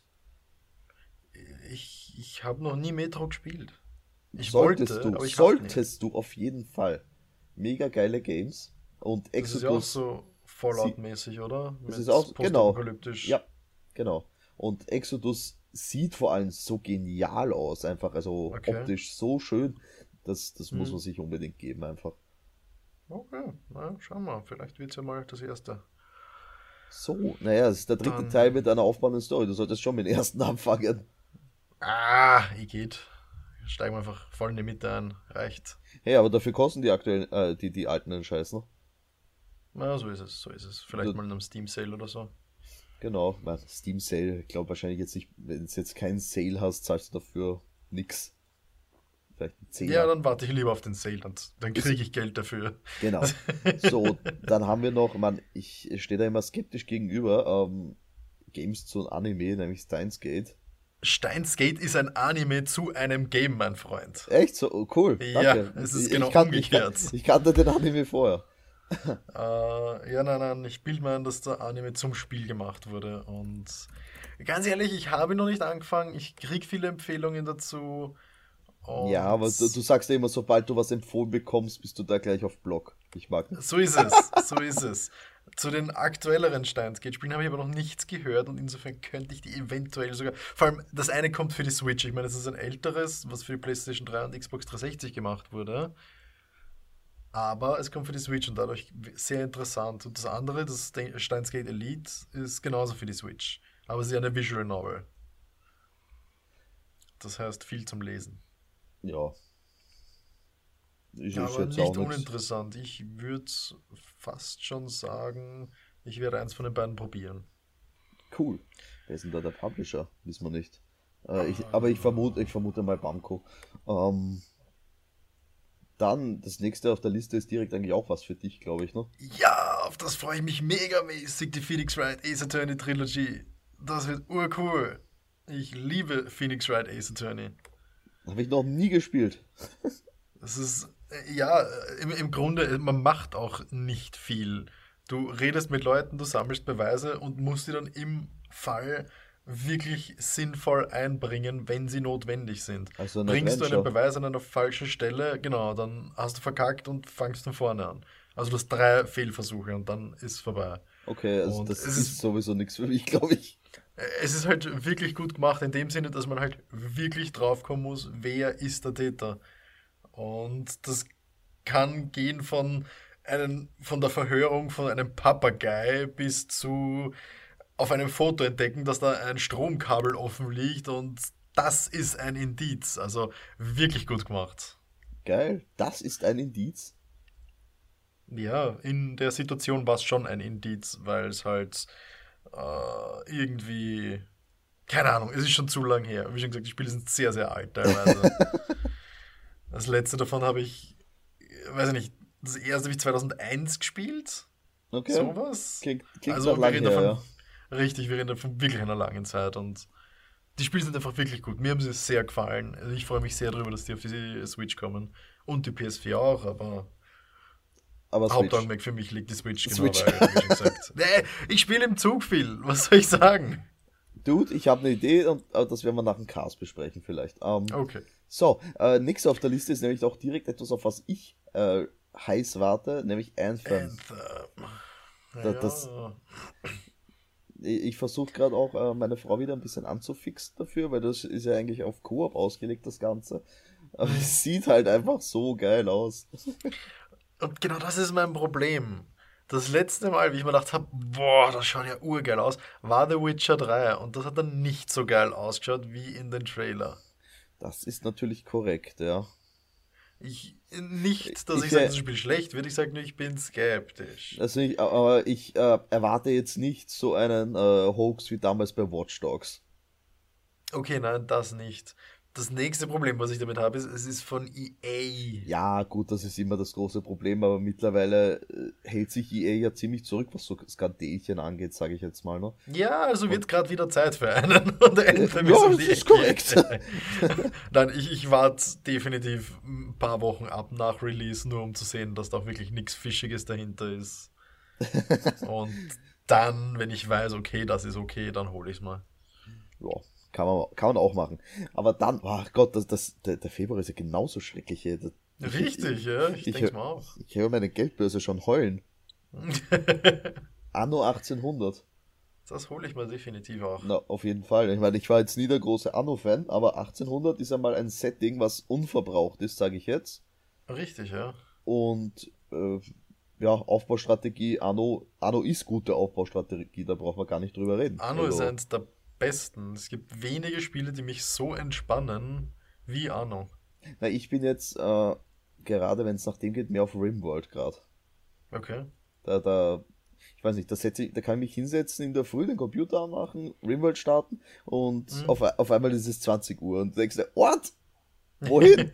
Ich habe noch nie Metro gespielt. Ich wollte, aber ich habe nie. Solltest du auf jeden Fall. Mega geile Games. Und Das ist ja auch Exodus, so sie, Fallout-mäßig, oder? das Mit ist auch, genau. postapokalyptisch. Ja, genau. Und Exodus sieht vor allem so genial aus, einfach, also Okay. optisch so schön. Das muss Hm. man sich unbedingt geben, einfach. Okay, na, schauen wir. Vielleicht wird es ja mal das erste. So, naja, es ist der dritte Teil Dann. mit einer aufbauenden Story. Du solltest schon mit dem ersten anfangen. Geht. Steigen wir einfach voll in die Mitte ein. Reicht. Hey, aber dafür kosten die aktuellen, die alten einen Scheiß, ne? Na, so ist es, so ist es. Vielleicht Du, mal in einem Steam Sale oder so. genau, man, Steam Sale, ich glaube wahrscheinlich jetzt nicht, wenn du jetzt keinen Sale hast, zahlst du dafür nix. Vielleicht ein Ja, Zehner. dann warte ich lieber auf den Sale, dann Ist, kriege ich Geld dafür. genau. So, dann haben wir noch, man, ich stehe da immer skeptisch gegenüber, Games zu Anime, nämlich Steins Gate. Steins Gate ist ein Anime zu einem Game, mein Freund. Echt? So, oh, cool, Ja, danke. es ist genau umgekehrt. Ich kannte den Anime vorher. Ja, nein, ich bilde mir ein, dass der Anime zum Spiel gemacht wurde. Und ganz ehrlich, ich habe noch nicht angefangen. Ich kriege viele Empfehlungen dazu. Ja, Und aber du sagst ja immer, sobald du was empfohlen bekommst, bist du da gleich auf Block. Ich mag das. so ist es, so ist es. Zu den aktuelleren Steins Gate Spielen habe ich aber noch nichts gehört und insofern könnte ich die eventuell sogar. Vor allem, das eine kommt für die Switch. Ich meine, das ist ein älteres, was für die PlayStation 3 und Xbox 360 gemacht wurde. Aber es kommt für die Switch und dadurch sehr interessant. Und das andere, das Steins Gate Elite, ist genauso für die Switch. Aber es ist ja eine Visual Novel. Das heißt viel zum Lesen. Ja, ist Aber jetzt auch nicht nichts. uninteressant. Ich würde fast schon sagen, ich werde eins von den beiden probieren. Cool. Wer ist denn da der Publisher? Wissen wir nicht. Aber ich vermute mal Bamco. Ähm, dann, das nächste auf der Liste ist direkt eigentlich auch was für dich, glaube ich, ne? Ja, auf das freue ich mich megamäßig, die Phoenix Wright Ace Attorney Trilogy. Das wird urcool. Ich liebe Phoenix Wright Ace Attorney. Habe ich noch nie gespielt. Das ist, ja, im Grunde, man macht auch nicht viel. Du redest mit Leuten, du sammelst Beweise und musst die dann im Fall wirklich sinnvoll einbringen, wenn sie notwendig sind. Also ein Bringst du einen Adventure. Beweis an einer falschen Stelle, genau, dann hast du verkackt und fangst von vorne an. Also du hast 3 Fehlversuche und dann ist vorbei. Okay, also Und das ist sowieso nichts für mich, glaube ich. es ist halt wirklich gut gemacht in dem Sinne, dass man halt wirklich draufkommen muss, wer ist der Täter. Und das kann gehen von der Verhörung von einem Papagei bis zu auf einem Foto entdecken, dass da ein Stromkabel offen liegt und das ist ein Indiz. Also wirklich gut gemacht. Geil, das ist ein Indiz. Ja, in der Situation war es schon ein Indiz, weil es halt irgendwie, keine Ahnung, es ist schon zu lang her. Wie schon gesagt, die Spiele sind sehr, sehr alt teilweise. Das letzte davon habe ich, weiß ich nicht, das erste habe ich 2001 gespielt. Okay, Sowas. klingt nach Also wir lang reden her, davon, ja. richtig, wir reden davon wirklich einer langen Zeit und die Spiele sind einfach wirklich gut. Mir haben sie sehr gefallen. Also ich freue mich sehr darüber, dass die auf die Switch kommen. Und die PS4 auch, aber Aber Switch. Hauptaugenmerk für mich liegt die Switch, genau, Switch. weil, wie schon gesagt, ich spiele im Zug viel. Was soll ich sagen? Dude, ich habe eine Idee und das werden wir nach dem Cast besprechen vielleicht. Okay. So, nächstes auf der Liste ist nämlich auch direkt etwas, auf was ich heiß warte, nämlich Anthem. Anthem. Das, Ja. ich versuche gerade auch meine Frau wieder ein bisschen anzufixen dafür, weil das ist ja eigentlich auf Koop ausgelegt, das Ganze. Aber Mhm. es sieht halt einfach so geil aus. Und genau das ist mein Problem. Das letzte Mal, wie ich mir gedacht habe, boah, das schaut ja urgeil aus, war The Witcher 3 und das hat dann nicht so geil ausgeschaut wie in den Trailer. Das ist natürlich korrekt, ja. Nicht, dass Ich, ich sage, das Spiel schlecht wird, ich sage nur, ich bin skeptisch. also ich, aber ich erwarte jetzt nicht so einen Hoax wie damals bei Watch Dogs. Okay, nein, das nicht. Das nächste Problem, was ich damit habe, ist, es ist von EA. Ja, gut, das ist immer das große Problem, aber mittlerweile hält sich EA ja ziemlich zurück, was so Skandelchen angeht, sage ich jetzt mal, ne? Ja, also Und wird gerade wieder Zeit für einen und Anthem ist ja, um das die ist korrekt. Ecke. Nein, ich warte definitiv ein paar Wochen ab nach Release, nur um zu sehen, dass da auch wirklich nichts Fischiges dahinter ist. Und dann, wenn ich weiß, okay, das ist okay, dann hole ich es mal. Ja, kann man auch machen. Aber dann, ach Gott, der Februar ist ja genauso schrecklich. Ey. Richtig, ja, ich Ich, denke hör- es mal auch. ich höre meine Geldbörse schon heulen. Anno 1800. Das hole ich mal definitiv auch. Na, auf jeden Fall. Ich meine, ich war jetzt nie der große Anno-Fan, aber 1800 ist einmal ein Setting, was unverbraucht ist, sage ich jetzt. Richtig, ja. Und ja, Aufbaustrategie, Anno ist gute Aufbaustrategie, da brauchen wir gar nicht drüber reden. Anno ist Also, eines der besten. Es gibt wenige Spiele, die mich so entspannen wie Anno. na, ich bin jetzt, gerade wenn es nach dem geht, mehr auf Rimworld gerade. Okay. Da, ich weiß nicht, da kann ich mich hinsetzen, in der Früh den Computer anmachen, Rimworld starten und Hm. auf einmal ist es 20 Uhr und du denkst dir, what? Wohin?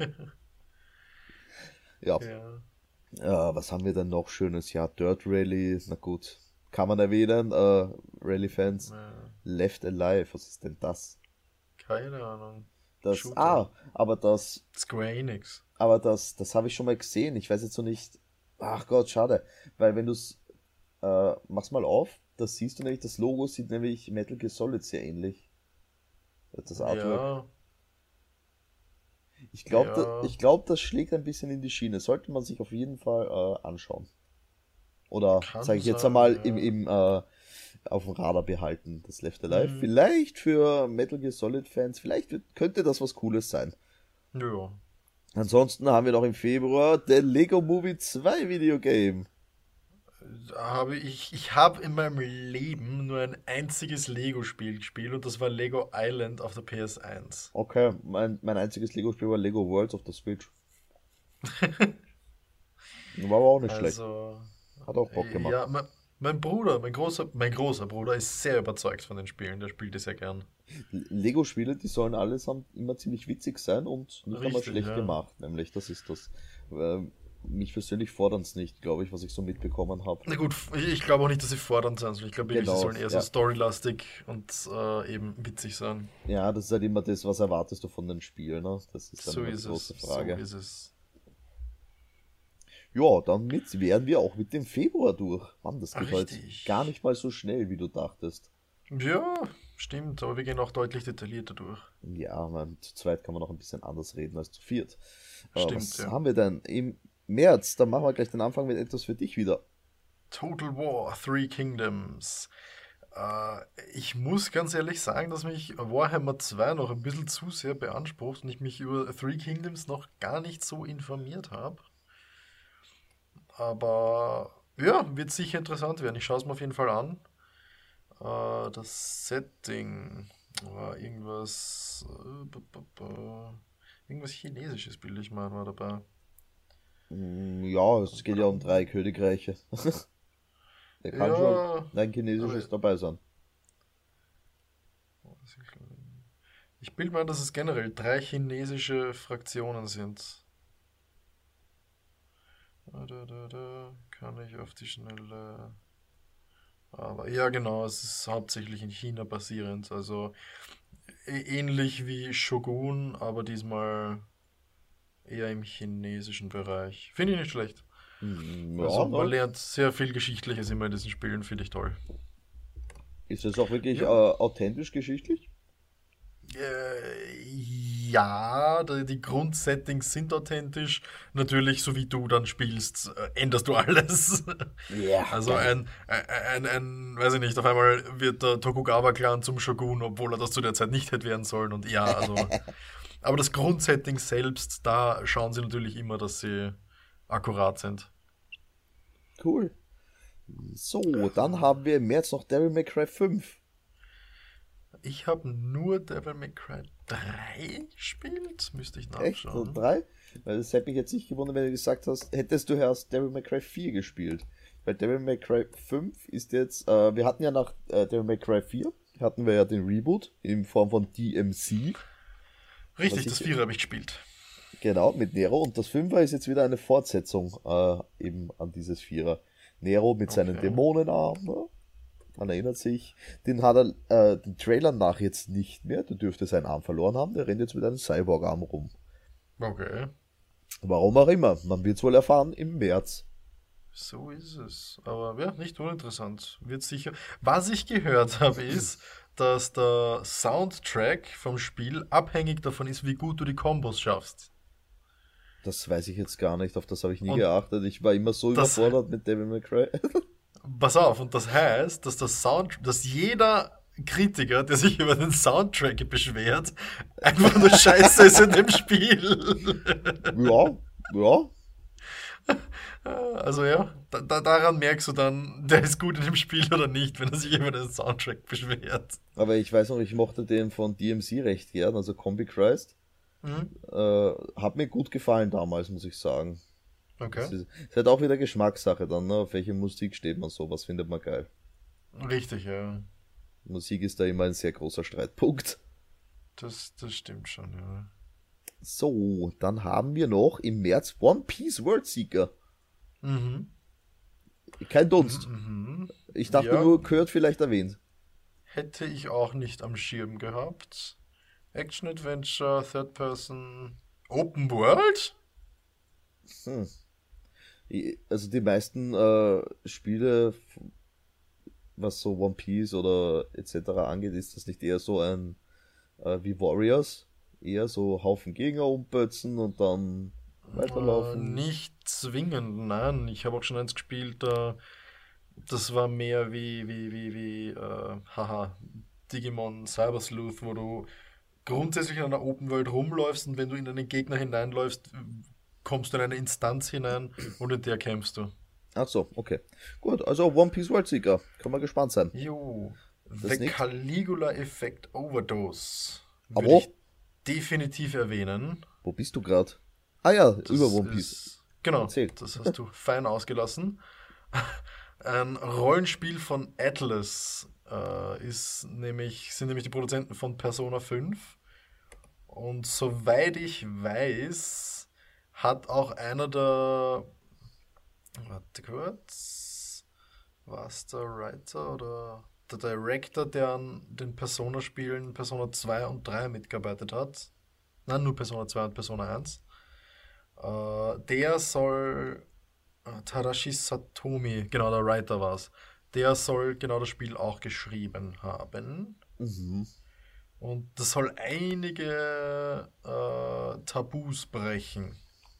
Ja, Ja. was haben wir denn noch schönes? Ja, Dirt Rally, na gut, kann man erwähnen, Rally-Fans. Ja. Left Alive, was ist denn das? Keine Ahnung. Das, Shooter. Square Enix. das habe ich schon mal gesehen. Ich weiß jetzt noch nicht. Ach Gott, schade. Weil wenn du es, mach's mal auf, das siehst du nämlich, das Logo sieht nämlich Metal Gear Solid sehr ähnlich. Das Artwork. Ja. Ich Ja. glaube, das schlägt ein bisschen in die Schiene. Sollte man sich auf jeden Fall anschauen. Oder Kann sage ich jetzt sein, einmal ja. auf dem Radar behalten, das Left Alive. Hm. Vielleicht für Metal Gear Solid Fans, könnte das was Cooles sein. Ja. Ansonsten haben wir noch im Februar der Lego Movie 2 Videogame. Ich habe in meinem Leben nur ein einziges Lego-Spiel gespielt und das war Lego Island auf der PS1. Okay, mein einziges Lego-Spiel war Lego Worlds auf der Switch. War aber auch nicht schlecht. Also, Hat auch Bock gemacht. ja, mein Bruder, mein großer Bruder ist sehr überzeugt von den Spielen, der spielt es ja gern. Lego-Spiele, die sollen allesamt immer ziemlich witzig sein und nicht einmal Richtig, schlecht ja. gemacht. Nämlich, das ist das. Mich persönlich fordern es nicht, glaube ich, was ich so mitbekommen habe. Na gut, ich glaube auch nicht, dass sie fordernd sein sollen. Ich glaube wirklich, sie Genau, sollen eher so ja. storylastig und eben witzig sein. Ja, das ist halt immer das, was erwartest du von den Spielen, ne? Das ist dann So immer die ist es, große so Frage. ist es. Ja, damit wären wir auch mit dem Februar durch. Mann, das geht heute gar Richtig. nicht mal so schnell, wie du dachtest. Ja, stimmt, aber wir gehen auch deutlich detaillierter durch. Ja, man, zu zweit kann man noch ein bisschen anders reden als zu viert. Stimmt, Was ja. haben wir denn im März? Dann machen wir gleich den Anfang mit etwas für dich wieder. Total War, Three Kingdoms. Ich muss ganz ehrlich sagen, dass mich Warhammer 2 noch ein bisschen zu sehr beansprucht und ich mich über Three Kingdoms noch gar nicht so informiert habe. Aber ja, wird sicher interessant werden. Ich schaue es mir auf jeden Fall an. Das Setting war irgendwas. Irgendwas Chinesisches, bilde ich mal, war dabei. Ja, es geht ja um 3 Königreiche. Da kann schon Ja, ein chinesisches aber dabei sein. ich bilde mal, dass es generell 3 chinesische Fraktionen sind. Kann ich auf die Schnelle. Aber ja, genau, es ist hauptsächlich in China basierend. Also ähnlich wie Shogun, aber diesmal eher im chinesischen Bereich. Finde ich nicht schlecht. Ja, Also man ne? lernt sehr viel Geschichtliches immer in diesen Spielen, finde ich toll. Ist es auch wirklich Ja, authentisch geschichtlich? ja, die Grundsettings sind authentisch. Natürlich, so wie du dann spielst, änderst du alles. Ja, Also geil. weiß ich nicht, auf einmal wird der Tokugawa-Clan zum Shogun, obwohl er das zu der Zeit nicht hätte werden sollen. Und ja, also. Aber das Grundsetting selbst, da schauen sie natürlich immer, dass sie akkurat sind. Cool. So, dann haben wir im März noch Devil May Cry 5. Ich habe nur Devil May Cry 3 gespielt, müsste ich Echt? So nachschauen. 3? Weil das hätte mich jetzt nicht gewundert, wenn du gesagt hast, hättest du erst Devil May Cry 4 gespielt. Weil Devil May Cry 5 ist jetzt, wir hatten ja nach Devil May Cry 4, hatten wir ja den Reboot in Form von DMC, was Richtig, das ich, 4 habe ich gespielt. genau, mit Nero. Und das 5er ist jetzt wieder eine Fortsetzung eben an dieses 4er. Nero mit seinen Okay. Dämonenarmen, ne? Man erinnert sich. Den hat den Trailer nach jetzt nicht mehr. Der dürfte seinen Arm verloren haben. Der rennt jetzt mit einem Cyborg-Arm rum. Okay. Warum auch immer. Man wird es wohl erfahren im März. So ist es. Aber ja, nicht uninteressant. Wird sicher. Was ich gehört habe, ist, dass der Soundtrack vom Spiel abhängig davon ist, wie gut du die Kombos schaffst. Das weiß ich jetzt gar nicht. Auf das habe ich nie Und geachtet. Ich war immer so das, überfordert mit Devil May Cry. pass auf, und das heißt, dass jeder Kritiker, der sich über den Soundtrack beschwert, einfach nur scheiße ist in dem Spiel. Ja, ja. Also ja, daran merkst du dann, der ist gut in dem Spiel oder nicht, wenn er sich über den Soundtrack beschwert. Aber ich weiß noch, ich mochte den von DMC recht gern. Also Combi Christ. Mhm. Hat mir gut gefallen damals, muss ich sagen. Okay. Ist halt auch wieder Geschmackssache dann, ne? Auf welche Musik steht man so, was findet man geil. Richtig, ja. Musik ist da immer ein sehr großer Streitpunkt. Das stimmt schon, ja. So, dann haben wir noch im März One Piece World Seeker. Mhm. Kein Dunst. Mhm. Ich dachte Ja, nur, gehört vielleicht erwähnt. hätte ich auch nicht am Schirm gehabt. Action Adventure, Third Person, Open World? Hm. Also die meisten Spiele, was so One Piece oder etc. angeht, ist das nicht eher so ein wie Warriors? Eher so Haufen Gegner umpötzen und dann weiterlaufen. Nicht zwingend, nein. Ich habe auch schon eins gespielt, das war mehr haha, Digimon Cyber Sleuth, wo du grundsätzlich in einer Open World rumläufst und wenn du in einen Gegner hineinläufst, kommst du in eine Instanz hinein und in der kämpfst du. Ach so, okay. Gut, also One Piece World Seeker. Kann man gespannt sein. Jo, Das The nächste. Caligula Effect Overdose würde Aber ich definitiv erwähnen. wo bist du gerade? Ah ja, über Das One Piece. ist, genau, Erzähl. das hast du fein ausgelassen. Ein Rollenspiel von Atlas sind nämlich die Produzenten von Persona 5. Und soweit ich weiß, hat auch einer der, warte kurz, war es der Writer oder der Director, der an den Persona-Spielen Persona 2 und 3 mitgearbeitet hat. Nein, nur Persona 2 und Persona 1. Der soll Tadashi Satomi, genau, der Writer war es. Der soll genau das Spiel auch geschrieben haben. Mhm. Und das soll einige Tabus brechen.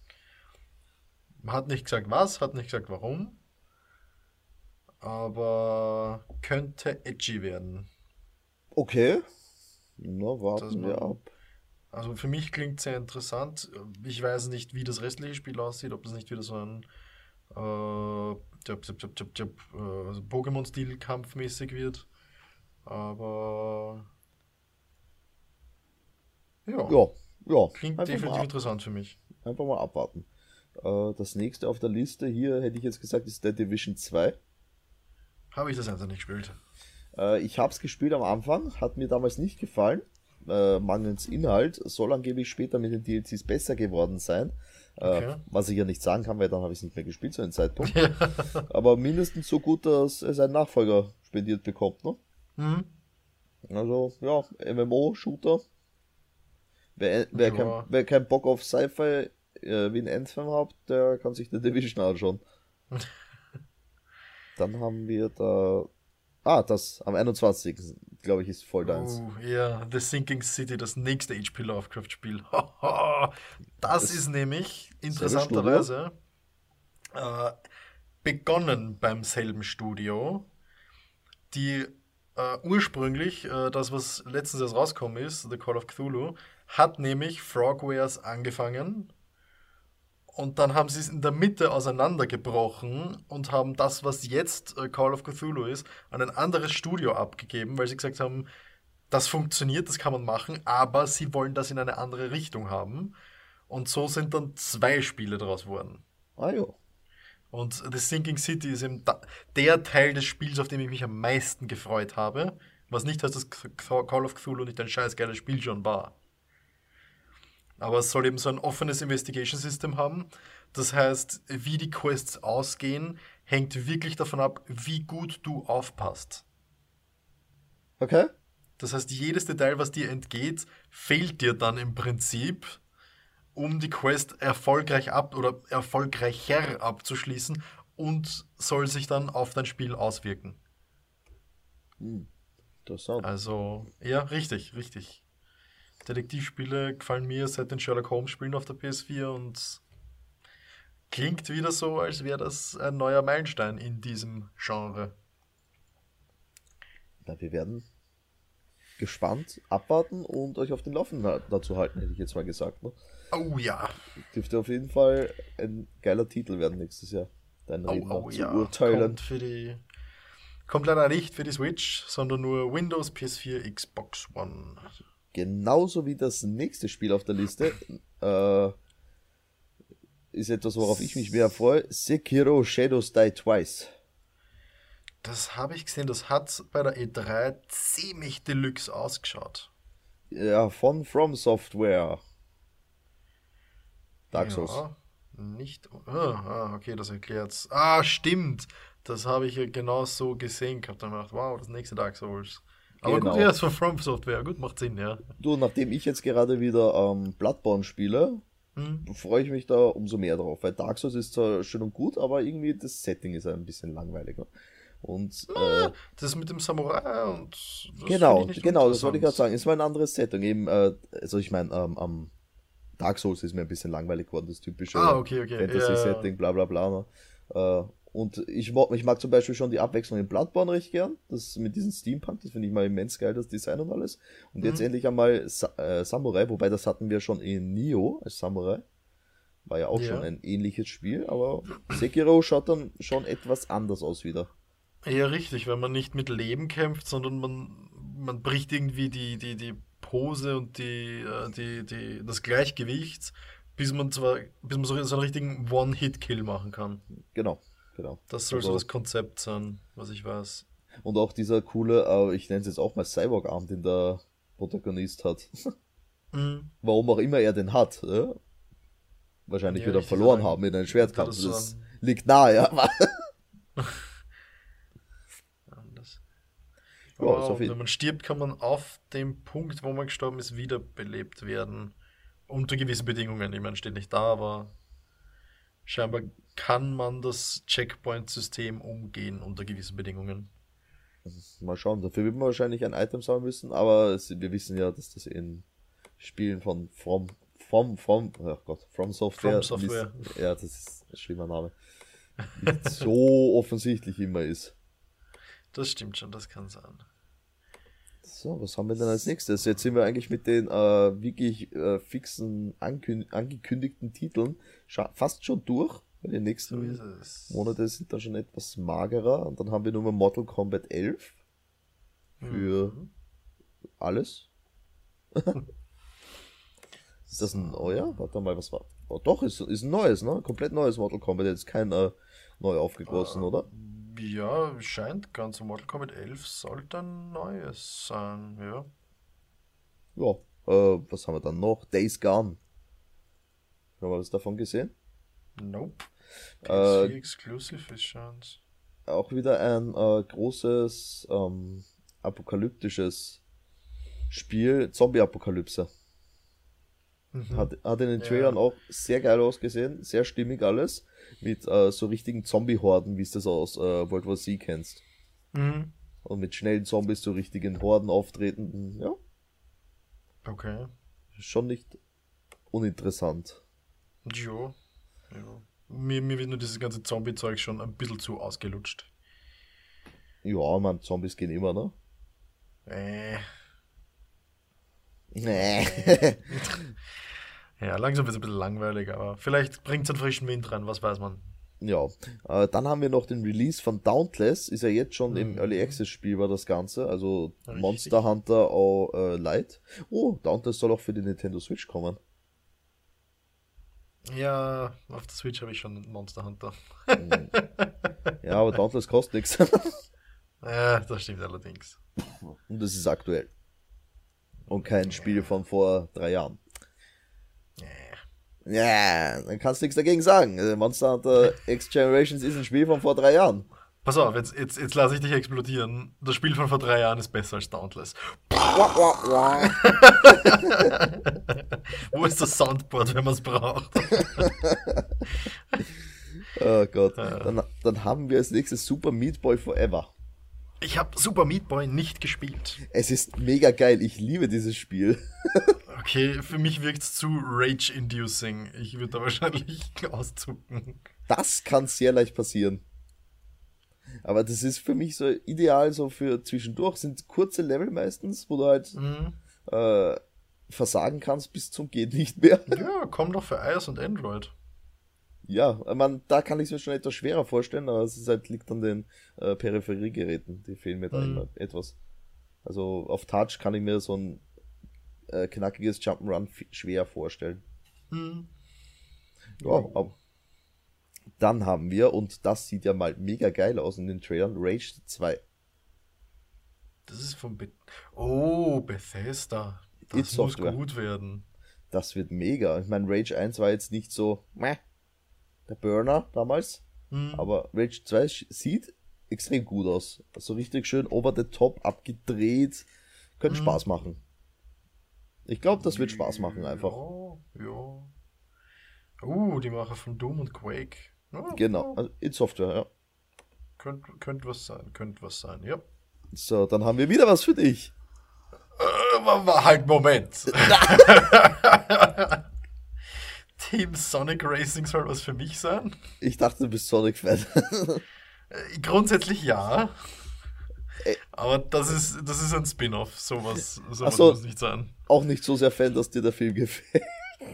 Hat nicht gesagt was, hat nicht gesagt warum, aber könnte edgy werden. Okay. Na, Dass warten wir man, ab. also für mich klingt sehr interessant. Ich weiß nicht, wie das restliche Spiel aussieht, ob das nicht wieder so ein also Pokémon-Stil kampfmäßig wird. Aber ja, Ja, ja, klingt einfach definitiv mal, interessant für mich. einfach mal abwarten. Das nächste auf der Liste hier, hätte ich jetzt gesagt, ist The Division 2. Habe ich das einfach nicht gespielt. Ich habe es gespielt am Anfang, hat mir damals nicht gefallen. Mangels Inhalt, soll angeblich später mit den DLCs besser geworden sein. Okay. Was ich ja nicht sagen kann, weil dann habe ich es nicht mehr gespielt zu einem Zeitpunkt. Ja. Aber mindestens so gut, dass es einen Nachfolger spendiert bekommt. Ne? Mhm. Also ja, MMO-Shooter. Ja. Wer keinen Bock auf Sci-Fi wie ein Anthem hat, der kann sich The Division anschauen. Dann haben wir da. Das am 21. glaube ich ist voll deins. Oh, ja, The Sinking City, das nächste HP Lovecraft-Spiel. Das ist Das nämlich selbe Studio. interessanterweise äh, begonnen beim selben Studio, die ursprünglich, das was letztens erst rausgekommen ist, The Call of Cthulhu, hat nämlich Frogwares angefangen und dann haben sie es in der Mitte auseinandergebrochen und haben das, was jetzt Call of Cthulhu ist, an ein anderes Studio abgegeben, weil sie gesagt haben, das funktioniert, das kann man machen, aber sie wollen das in eine andere Richtung haben. Und so sind dann zwei Spiele daraus geworden. Ah jo. Und The Sinking City ist eben der Teil des Spiels, auf den ich mich am meisten gefreut habe. Was nicht heißt, dass Call of Cthulhu nicht ein scheißgeiles Spiel schon war. Aber es soll eben so ein offenes Investigation System haben. Das heißt, wie die Quests ausgehen, hängt wirklich davon ab, wie gut du aufpasst. Okay. Das heißt, jedes Detail, was dir entgeht, fehlt dir dann im Prinzip, um die Quest erfolgreich oder erfolgreicher abzuschließen und soll sich dann auf dein Spiel auswirken. Interessant. Also, ja, richtig, richtig. Detektivspiele gefallen mir seit den Sherlock Holmes Spielen auf der PS4 und klingt wieder so, als wäre das ein neuer Meilenstein in diesem Genre. Na, wir werden gespannt abwarten und euch auf den Laufenden dazu halten, hätte ich jetzt mal gesagt. Ne? Oh ja, Dürfte auf jeden Fall ein geiler Titel werden nächstes Jahr. Deinen Redner oh zu ja. urteilen. Kommt leider nicht für die Switch, sondern nur Windows, PS4, Xbox One. Genauso wie das nächste Spiel auf der Liste ist etwas, worauf ich mich mehr freue. Sekiro Shadows Die Twice. Das habe ich gesehen, das hat bei der E3 ziemlich deluxe ausgeschaut. Ja, von From Software. Dark Souls. Ja, nicht. Okay, das erklärt's. Stimmt. Das habe ich ja genau so gesehen gehabt. Dann habe ich gedacht, wow, das nächste Dark Souls. Aber gut, ja, Genau. ist von From Software. Gut, macht Sinn, ja. Du, nachdem ich jetzt gerade wieder Bloodborne spiele, Hm. freue ich mich da umso mehr drauf. Weil Dark Souls ist zwar schön und gut, aber irgendwie das Setting ist ein bisschen langweiliger. Und Das mit dem Samurai und das finde ich genau, nicht genau, das wollte ich gerade uninteressant. sagen. Es war ein anderes Setting. Eben, also ich meine, Dark Souls ist mir ein bisschen langweilig geworden, das typische Okay, okay. Ja. Fantasy-Setting, bla bla bla. Ne? Und ich mag zum Beispiel schon die Abwechslung in Bloodborne recht gern. Das mit diesem Steampunk, das finde ich mal immens geil, das Design und alles. Und jetzt Hm. endlich einmal Samurai, wobei das hatten wir schon in Nioh als Samurai. War ja auch schon Ja. ein ähnliches Spiel, aber Sekiro schaut dann schon etwas anders aus wieder. Ja, richtig, wenn man nicht mit Leben kämpft, sondern man bricht irgendwie die Pose und das Gleichgewicht, bis man so einen richtigen One-Hit-Kill machen kann. Genau, genau. Das soll so Also, das Konzept sein, was ich weiß. und auch dieser coole, ich nenne es jetzt auch mal Cyborg-Arm, den der Protagonist hat. Mhm. Warum auch immer er den hat. Wahrscheinlich Ja, wird er richtig, verloren haben in einem hat er Schwertkampf. das so Das liegt nahe, ja. anders. Ja, ist Aber auf jeden wenn man stirbt, kann man auf dem Punkt, wo man gestorben ist, wiederbelebt werden. Unter gewissen Bedingungen. Ich meine, steht nicht da, aber scheinbar kann man das Checkpoint-System umgehen unter gewissen Bedingungen. Mal schauen. Dafür wird man wahrscheinlich ein Item sammeln müssen, aber wir wissen ja, dass das in Spielen von oh Gott, From From Software, Software. ja, das ist ein schlimmer Name, nicht so offensichtlich immer ist. Das stimmt schon, das kann sein. So, was haben wir denn als nächstes? Jetzt sind wir eigentlich mit den wirklich fixen angekündigten Titeln fast schon durch. Weil die So ist nächsten es. Monate sind dann schon etwas magerer. Und dann haben wir nur mal Mortal Kombat 11. für alles. Ist das ein neuer? Warte mal, was war? Oh, doch, ist ein neues, ne? Komplett neues Mortal Kombat. Jetzt kein neu aufgegossen, oder? Ja, scheint ganz. Mortal Kombat 11 sollte ein neues sein, ja. Ja, was haben wir dann noch? Days Gone. Haben wir was davon gesehen? Nope. Äh, PS4 Exclusive ist scheint. Auch wieder ein großes apokalyptisches Spiel, Zombie-Apokalypse. Hat in den Trailern auch sehr geil ausgesehen, sehr stimmig alles, mit so richtigen Zombie-Horden, wie es das aus World War Z kennst. Mhm. Und mit schnellen Zombies so richtigen Horden auftreten, ja, Okay. schon nicht uninteressant. Jo. Ja. Mir wird nur dieses ganze Zombie-Zeug schon ein bisschen zu ausgelutscht. Ja, man, Zombies gehen immer, ne? Nee. Ja, langsam wird es ein bisschen langweilig, aber vielleicht bringt es einen frischen Wind rein, was weiß man. Ja, dann haben wir noch den Release von Dauntless, ist ja jetzt schon im Early Access spielbar das Ganze, also Richtig. Monster Hunter Lite. Oh, Dauntless soll auch für die Nintendo Switch kommen. Ja, auf der Switch habe ich schon Monster Hunter. Ja, aber Dauntless kostet nichts. Ja, das stimmt allerdings. Und das ist aktuell. Und kein Spiel von vor 3 Jahren. Ja, dann kannst du nichts dagegen sagen. Monster Hunter X Generations ist ein Spiel von vor 3 Jahren. Pass auf, jetzt lasse ich dich explodieren. Das Spiel von vor 3 Jahren ist besser als Dauntless. Wo ist das Soundboard, wenn man es braucht? Oh Gott. Dann haben wir als nächstes Super Meat Boy Forever. Ich habe Super Meat Boy nicht gespielt. Es ist mega geil. Ich liebe dieses Spiel. Okay, für mich wirkt es zu rage-inducing. Ich würde da wahrscheinlich auszucken. Das kann sehr leicht passieren. Aber das ist für mich so ideal so für zwischendurch. Sind kurze Level meistens, wo du halt versagen kannst bis zum geht nicht mehr. Ja, komm doch für iOS und Android. Ja, da kann ich es mir schon etwas schwerer vorstellen, aber es ist halt, liegt an den Peripheriegeräten. Die fehlen mir da immer etwas. Also auf Touch kann ich mir so ein knackiges Jump'n'Run schwer vorstellen. Ja, aber dann haben wir, und das sieht ja mal mega geil aus in den Trailern, Rage 2. Das ist von Bethesda. Id Das muss Software. gut werden. Das wird mega. Ich meine, Rage 1 war jetzt nicht so der Burner damals, aber Rage 2 sieht extrem gut aus. So richtig schön over the top, abgedreht. Könnte Spaß machen. Ich glaube, das wird Spaß machen einfach. Ja. Die Macher von Doom und Quake. Ja, Genau, also Id Software, ja. Könnte was sein, ja. So, dann haben wir wieder was für dich. Halt, Moment. Team Sonic Racing soll was für mich sein? Ich dachte, du bist Sonic-Fan. Grundsätzlich ja. Aber das ist ein Spin-off. Sowas Ach so. muss nicht sein. Auch nicht so sehr Fan, dass dir der Film gefällt.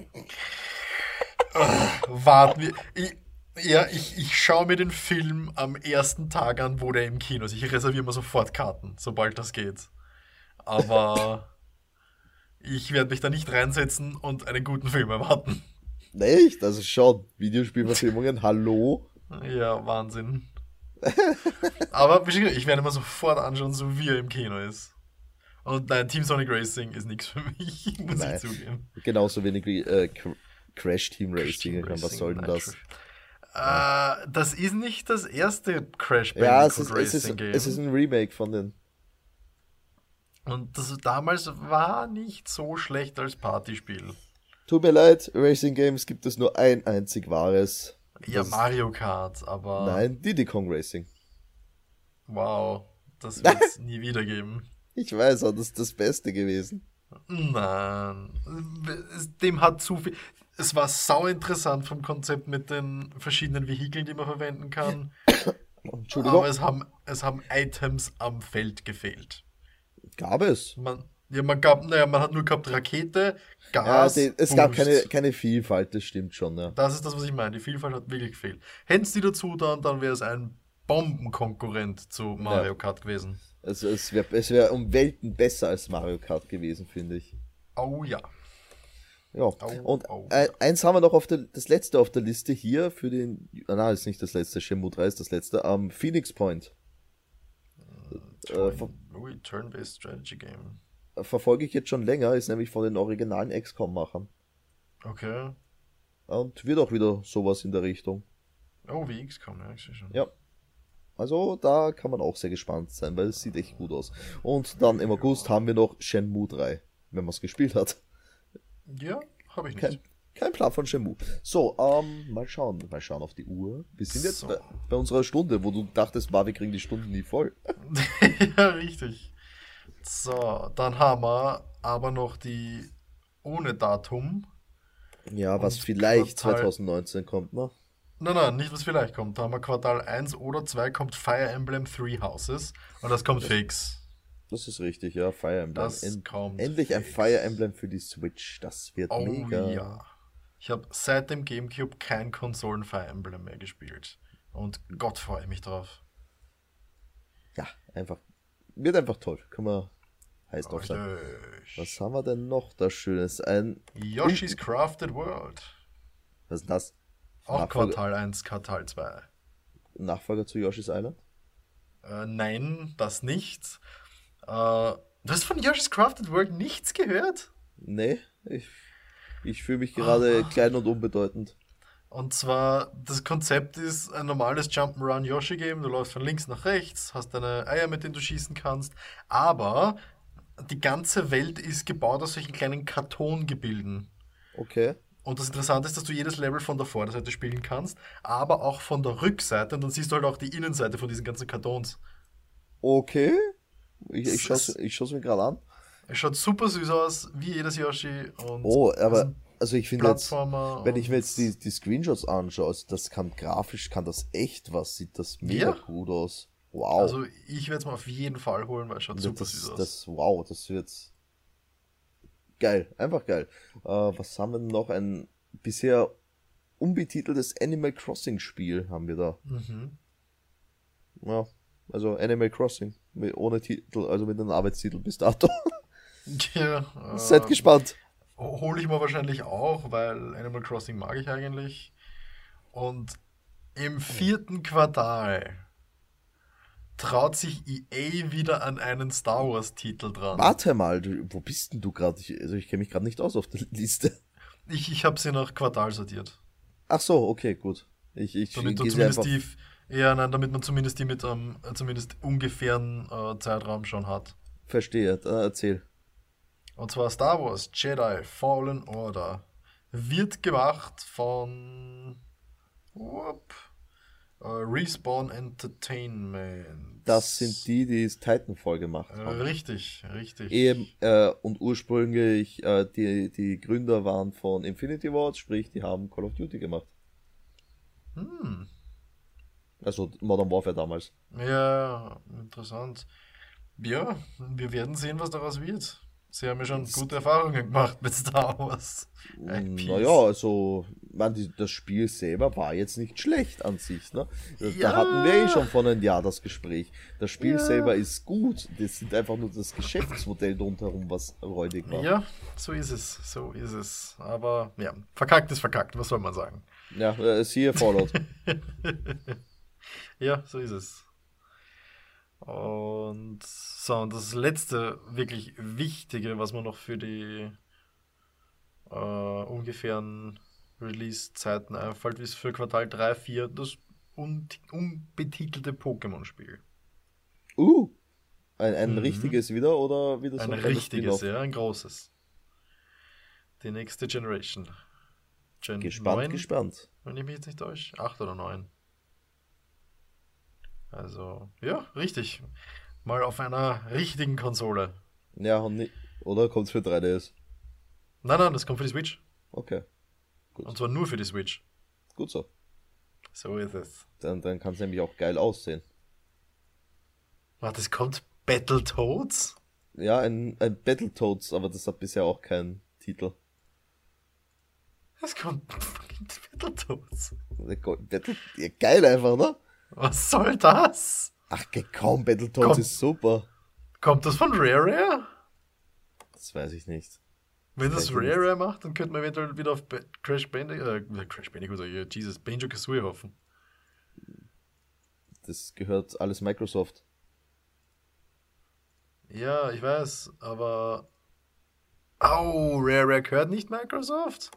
Warten wir. Ich schaue mir den Film am ersten Tag an, wo der im Kino ist. Ich reserviere mir sofort Karten, sobald das geht. Aber ich werde mich da nicht reinsetzen und einen guten Film erwarten. Nicht? Das ist schon Videospielverfilmungen. Hallo? Ja, Wahnsinn. Aber ich werde mir sofort anschauen, so wie er im Kino ist. Und nein, Team Sonic Racing ist nichts für mich, muss ich zugeben. Genauso wenig wie Crash Team Racing. Was soll denn das? Das ist nicht das erste Crash Ja, Bandicoot Racing Game. Es ist ein Remake von den. Und das damals war nicht so schlecht als Partyspiel. Tut mir leid, Racing Games gibt es nur ein einzig wahres. Ja, Mario Kart, aber... Nein, Diddy Kong Racing. Wow, das wird es nie wieder geben. Ich weiß, das ist das Beste gewesen. Nein, dem hat zu viel... Es war sau interessant vom Konzept mit den verschiedenen Vehikeln, die man verwenden kann. Entschuldigung. Aber es haben Items am Feld gefehlt. Gab es? Man hat nur gehabt Rakete, Gas, es gab keine Vielfalt, das stimmt schon, ja. Das ist das, was ich meine. Die Vielfalt hat wirklich gefehlt. Hätten es die dazu dann wäre es ein Bombenkonkurrent zu Mario Kart gewesen. Also es wär um Welten besser als Mario Kart gewesen, finde ich. Oh ja. Ja, und eins haben wir noch das letzte auf der Liste hier für den, ist nicht das letzte, Shenmue 3 ist das letzte, Phoenix Point. Turn-based Strategy Game. Verfolge ich jetzt schon länger, ist nämlich von den originalen XCOM-Machern. Okay. Und wird auch wieder sowas in der Richtung. Oh, wie XCOM, ja, ich sehe schon. Ja. Also da kann man auch sehr gespannt sein, weil es sieht echt gut aus. Und dann im August haben wir noch Shenmue 3, wenn man es gespielt hat. Ja, habe ich nicht. Kein Plan von Shenmue. So, mal schauen auf die Uhr. Wir sind jetzt So. bei unserer Stunde, wo du dachtest, wir kriegen die Stunden nie voll. Ja, richtig. So, dann haben wir aber noch die ohne Datum. Ja, was Und vielleicht Quartal- 2019 kommt, ne? Nein, nicht was vielleicht kommt. Da haben wir Quartal 1 oder 2 kommt Fire Emblem Three Houses. Und das kommt fix. Das ist richtig, ja, Fire Emblem. Das kommt Endlich ein fix. Fire Emblem für die Switch. Das wird Oh mega. ja. Ich habe seit dem GameCube kein Konsolen-Fire Emblem mehr gespielt. Und Gott freue ich mich drauf. Ja, wird einfach toll. Kann man heiß drauf sein. Richtig. Was haben wir denn noch da Schönes? Yoshi's Crafted World. Was ist das? Auch Nachfolger- Quartal 1, Quartal 2. Nachfolger zu Yoshi's Island? Nein, das nicht. Du hast von Yoshi's Crafted World nichts gehört? Nee, ich fühle mich gerade klein und unbedeutend. Und zwar, das Konzept ist ein normales Jump'n'Run Yoshi-Game. Du läufst von links nach rechts, hast deine Eier, mit denen du schießen kannst. Aber die ganze Welt ist gebaut aus solchen kleinen Kartongebilden. Okay. Und das Interessante ist, dass du jedes Level von der Vorderseite spielen kannst, aber auch von der Rückseite. Und dann siehst du halt auch die Innenseite von diesen ganzen Kartons. Okay. Ich Das schaue es mir gerade an. Es schaut super süß aus, wie jedes Yoshi. Und Oh, das aber sind also ich finde jetzt, Plattformer. wenn ich mir und- jetzt die Screenshots anschaue, also das kann grafisch, kann das echt was, sieht das mega Ja. gut aus. Wow. Also ich werde es mir auf jeden Fall holen, weil es schaut super süß aus. Wow, das wird geil, einfach geil. Was haben wir denn noch? Ein bisher unbetiteltes Animal Crossing Spiel haben wir da. Mhm. Ja, also Animal Crossing, ohne Titel, also mit einem Arbeitstitel bis dato. Ja, Seid gespannt. hole ich mir wahrscheinlich auch, weil Animal Crossing mag ich eigentlich. Und im 4. Quartal traut sich EA wieder an einen Star Wars Titel dran. Warte mal, wo bist denn du gerade? Also ich kenne mich gerade nicht aus auf der Liste. Ich habe sie nach Quartal sortiert. Ach so, okay, gut. Ich Damit du gehe sie zumindest einfach, damit man zumindest die mit zumindest ungefähren Zeitraum schon hat. verstehe, erzähl. Und zwar Star Wars Jedi Fallen Order. Wird gemacht von Respawn Entertainment. Das sind die es Titanfall gemacht haben. Richtig. Und ursprünglich die Gründer waren von Infinity Ward, sprich, die haben Call of Duty gemacht. Also Modern Warfare damals. Ja, interessant. Ja, wir werden sehen, was daraus wird. Sie haben ja schon gute Erfahrungen gemacht mit Star Wars. IPs. Naja, also, das Spiel selber war jetzt nicht schlecht an sich, ne? Ja. Da hatten wir eh schon vor einem Jahr das Gespräch. Das Spiel Ja. selber ist gut, das sind einfach nur das Geschäftsmodell drumherum, was räudig war. Ja, so ist es. Aber ja, verkackt ist verkackt, was soll man sagen? Ja, siehe Fallout. Ja, so ist es. Und und das letzte wirklich Wichtige, was man noch für die ungefähren Release-Zeiten einfällt, ist für Quartal 3, 4 das unbetitelte Pokémon-Spiel. Ein richtiges wieder oder wieder so Ein ein kleines richtiges, Spin-off? ja, ein großes. Die nächste Generation. Gen Gespannt, 9, gespannt. wenn ich mich jetzt nicht täusche. 8 oder 9. Also, ja, richtig. Mal auf einer richtigen Konsole. Ja, und nicht, oder kommt's für 3DS? Nein, das kommt für die Switch. Okay, Und zwar nur für die Switch. gut so. So ist es. Dann kann es nämlich auch geil aussehen. Warte, es kommt Battletoads? Ja, ein Battletoads, aber das hat bisher auch keinen Titel. Es kommt fucking Battletoads. Ja, geil einfach, ne? Was soll das? Ach, komm, Battletoads ist super. Kommt das von Rare? Das weiß ich nicht. Wenn das Rare macht, dann könnte man eventuell wieder auf Crash Bandicoot, Jesus, Banjo-Kazooie hoffen. Das gehört alles Microsoft. Ja, ich weiß, aber... Au, Rare gehört nicht Microsoft?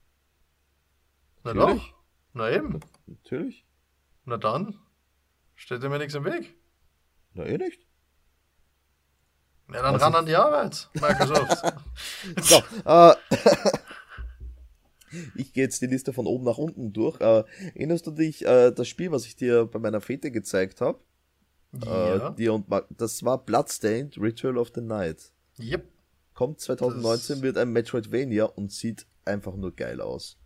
Na Natürlich. doch. Na eben. Natürlich. Na dann. Steht dir mir nichts im Weg. Na nicht. Na dann ran an die Arbeit, Microsoft. So, ich gehe jetzt die Liste von oben nach unten durch. Erinnerst du dich, das Spiel, was ich dir bei meiner Fete gezeigt habe? Ja. Das war Bloodstained Return of the Night. Yep. Kommt 2019, wird ein Metroidvania und sieht einfach nur geil aus.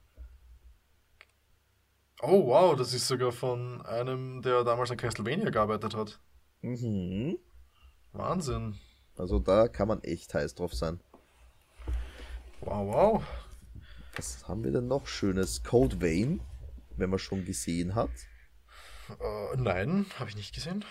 Oh wow, das ist sogar von einem, der damals an Castlevania gearbeitet hat. Mhm. Wahnsinn. Also da kann man echt heiß drauf sein. Wow. Was haben wir denn noch Schönes? Code Vein, wenn man schon gesehen hat. Nein, habe ich nicht gesehen.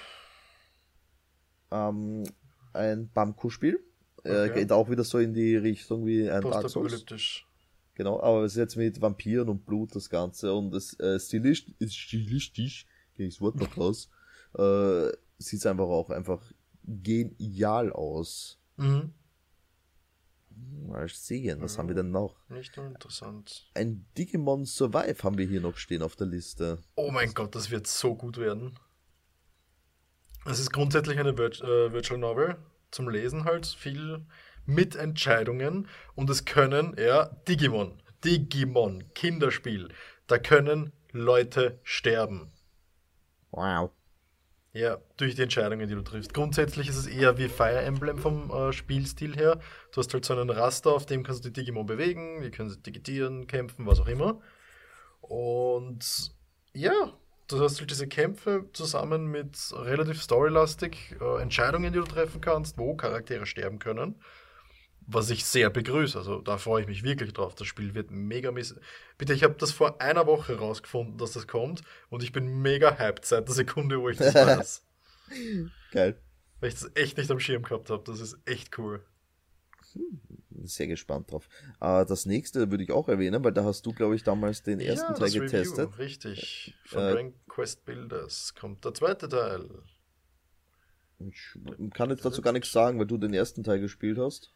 Ein Bamku-Spiel. Okay. Geht auch wieder so in die Richtung wie ein Dark Souls. Postapokalyptisch. Genau, aber es ist jetzt mit Vampiren und Blut das Ganze und es stilistisch, gehe ich das Wort noch raus, sieht es einfach genial aus. Mhm. Mal sehen, was haben wir denn noch? Nicht uninteressant. Ein Digimon Survive haben wir hier noch stehen auf der Liste. Oh mein Gott, das wird so gut werden. Es ist grundsätzlich eine Virtual Novel zum Lesen halt, viel mit Entscheidungen und es können, Digimon, Kinderspiel, da können Leute sterben. Wow. Ja, durch die Entscheidungen, die du triffst. Grundsätzlich ist es eher wie Fire Emblem vom Spielstil her. Du hast halt so einen Raster, auf dem kannst du die Digimon bewegen, die können sich digitieren, kämpfen, was auch immer. Und ja, du hast halt diese Kämpfe zusammen mit relativ storylastig Entscheidungen, die du treffen kannst, wo Charaktere sterben können. Was ich sehr begrüße. Also da freue ich mich wirklich drauf. Das Spiel wird mega Bitte, ich habe das vor einer Woche rausgefunden, dass das kommt und ich bin mega hyped seit der Sekunde, wo ich das weiß. Geil. Weil ich das echt nicht am Schirm gehabt habe. Das ist echt cool. Sehr gespannt drauf. Das nächste würde ich auch erwähnen, weil da hast du, glaube ich, damals den ersten Teil getestet. Review, richtig. Von Rank Quest Builders kommt der zweite Teil. Ich kann jetzt dazu gar nichts sagen, weil du den ersten Teil gespielt hast.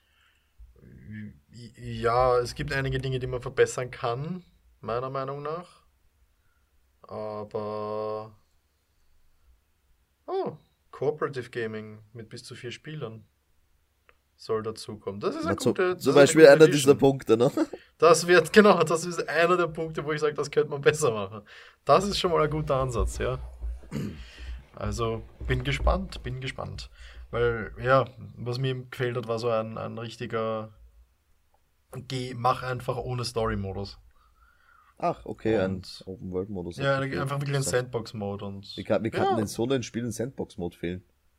Ja, es gibt einige Dinge, die man verbessern kann, meiner Meinung nach. Aber... Cooperative Gaming mit bis zu 4 Spielern soll dazukommen. Das ist zum Beispiel einer dieser Punkte, ne? Das ist einer der Punkte, wo ich sage, das könnte man besser machen. Das ist schon mal ein guter Ansatz, ja. Also, bin gespannt. Weil, was mir gefällt hat, war so ein richtiger mach einfach ohne Story-Modus. Ach, okay, ein Open-World-Modus. Ja, einfach wirklich ein Sandbox-Mode. Wie kann denn so ein Spiel ein Sandbox-Mode fehlen?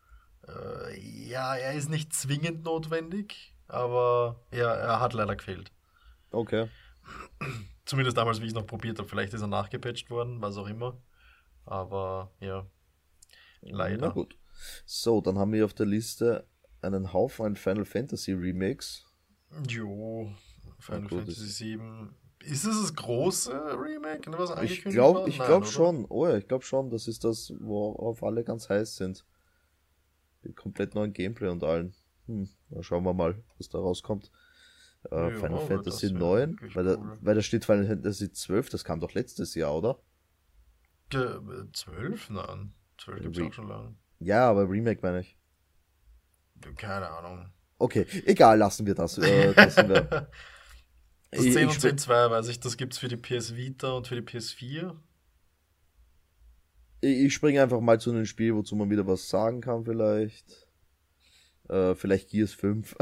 Er ist nicht zwingend notwendig, aber er hat leider gefehlt. Okay. Zumindest damals, wie ich es noch probiert habe. Vielleicht ist er nachgepatcht worden, was auch immer. Aber, leider. Na gut. So, dann haben wir auf der Liste einen Haufen Final Fantasy Remakes. Jo, Final Fantasy VII. Ist es das große Remake? Was ich glaube schon. Oh ja, ich glaube schon. Das ist das, worauf alle ganz heiß sind. Mit komplett neuen Gameplay und allen. Schauen wir mal, was da rauskommt. Final Fantasy 9, weil da steht Final Fantasy 12, das kam doch letztes Jahr, oder? 12? Nein. 12 gibt es auch schon lange. Ja, aber Remake meine ich. Keine Ahnung. Okay, egal, lassen wir das. Das 10 und 10 2, weiß ich, das gibt es für die PS Vita und für die PS4. Ich springe einfach mal zu einem Spiel, wozu man wieder was sagen kann, vielleicht. Vielleicht Gears 5.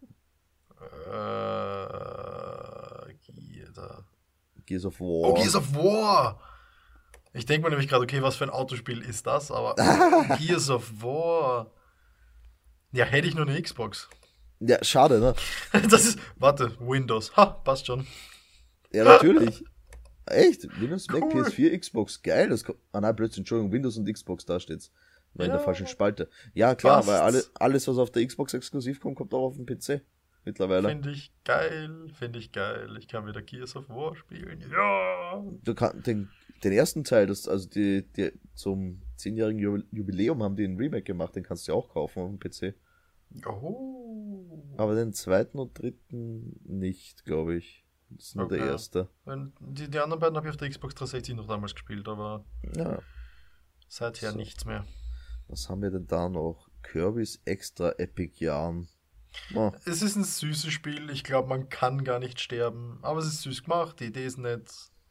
Gears of War. Oh, Gears of War! Ich denke mir nämlich gerade, okay, was für ein Autospiel ist das? Aber Gears of War. Ja, hätte ich nur eine Xbox. Ja, schade, ne? Das ist, warte, Windows. Ha, passt schon. Ja, natürlich. Echt? Windows, Mac, Cool. PS4, Xbox, geil. Nein, plötzlich, Entschuldigung, Windows und Xbox, da steht's. War in der Ja, falschen Spalte. Ja, klar, weil passt. alles, was auf der Xbox exklusiv kommt, kommt auch auf den PC. Mittlerweile. Finde ich geil, finde ich geil. Ich kann wieder Gears of War spielen. Ja. Du kannst den ersten Teil, also die zum 10-jährigen Jubiläum haben die einen Remake gemacht, den kannst du ja auch kaufen auf dem PC. Oh. Aber den zweiten und dritten nicht, glaube ich. Das ist nur der Okay. erste. Die anderen beiden habe ich auf der Xbox 360 noch damals gespielt, aber Ja, seither so. nichts mehr. Was haben wir denn da noch? Kirby's Extra Epic Yarn. Oh, Es ist ein süßes Spiel, ich glaube, man kann gar nicht sterben, aber es ist süß gemacht, die Idee ist nett.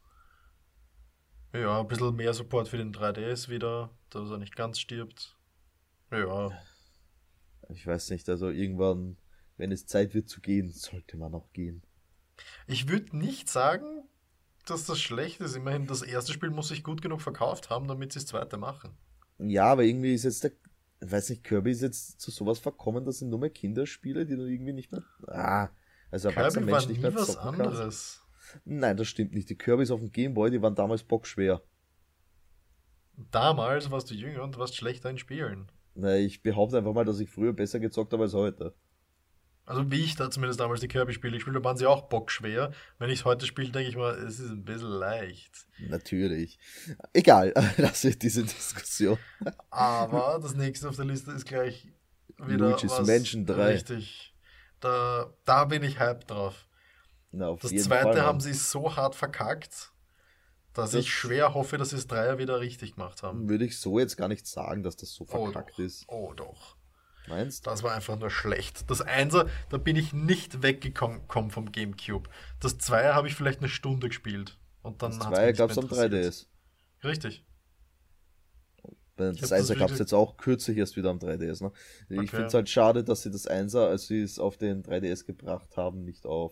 Ja, ein bisschen mehr Support für den 3DS wieder, dass er nicht ganz stirbt. Ja, ich weiß nicht, also irgendwann, wenn es Zeit wird zu gehen, sollte man auch gehen. ich würde nicht sagen, dass das schlecht ist. Immerhin, das erste Spiel muss sich gut genug verkauft haben, damit sie das zweite machen. Ja, aber irgendwie ist jetzt ich weiß nicht, Kirby ist jetzt zu sowas verkommen, dass sind nur mehr Kinderspiele, die du irgendwie nicht mehr, als erwachsener Kirby war Mensch nicht nie mehr was zocken kannst. anderes. Nein, das stimmt nicht. Die Kirbys auf dem Gameboy, die waren damals bockschwer. Damals warst du jünger und warst schlechter in Spielen. Na, ich behaupte einfach mal, dass ich früher besser gezockt habe als heute. Also wie ich da zumindest damals die Kirby-Spiele gespielt habe, waren sie auch bockschwer. Wenn ich es heute spiele, denke ich mal, es ist ein bisschen leicht. Natürlich. Egal, das wird diese Diskussion. Aber das nächste auf der Liste ist gleich wieder Luigi's was Mansion 3. richtig. Da bin ich hyped drauf. Na, auf Das jeden Fall, zweite haben Mann. sie so hart verkackt, dass ich Das schwer hoffe, dass sie das Dreier wieder richtig gemacht haben. würde ich so jetzt gar nicht sagen, dass das so Oh verkackt doch. ist. Oh doch. Meinst? Das war einfach nur schlecht. Das Einser, da bin ich nicht weggekommen vom Gamecube. Das Zweier habe ich vielleicht eine Stunde gespielt. Und dann Das hat es mich 2 nicht gab mehr es am interessiert. 3DS. Richtig. Ich Das habe das 1er gab es wirklich. jetzt auch kürzlich erst wieder am 3DS. Ne? Ich Okay. finde es halt schade, dass sie das 1er, als sie es auf den 3DS gebracht haben,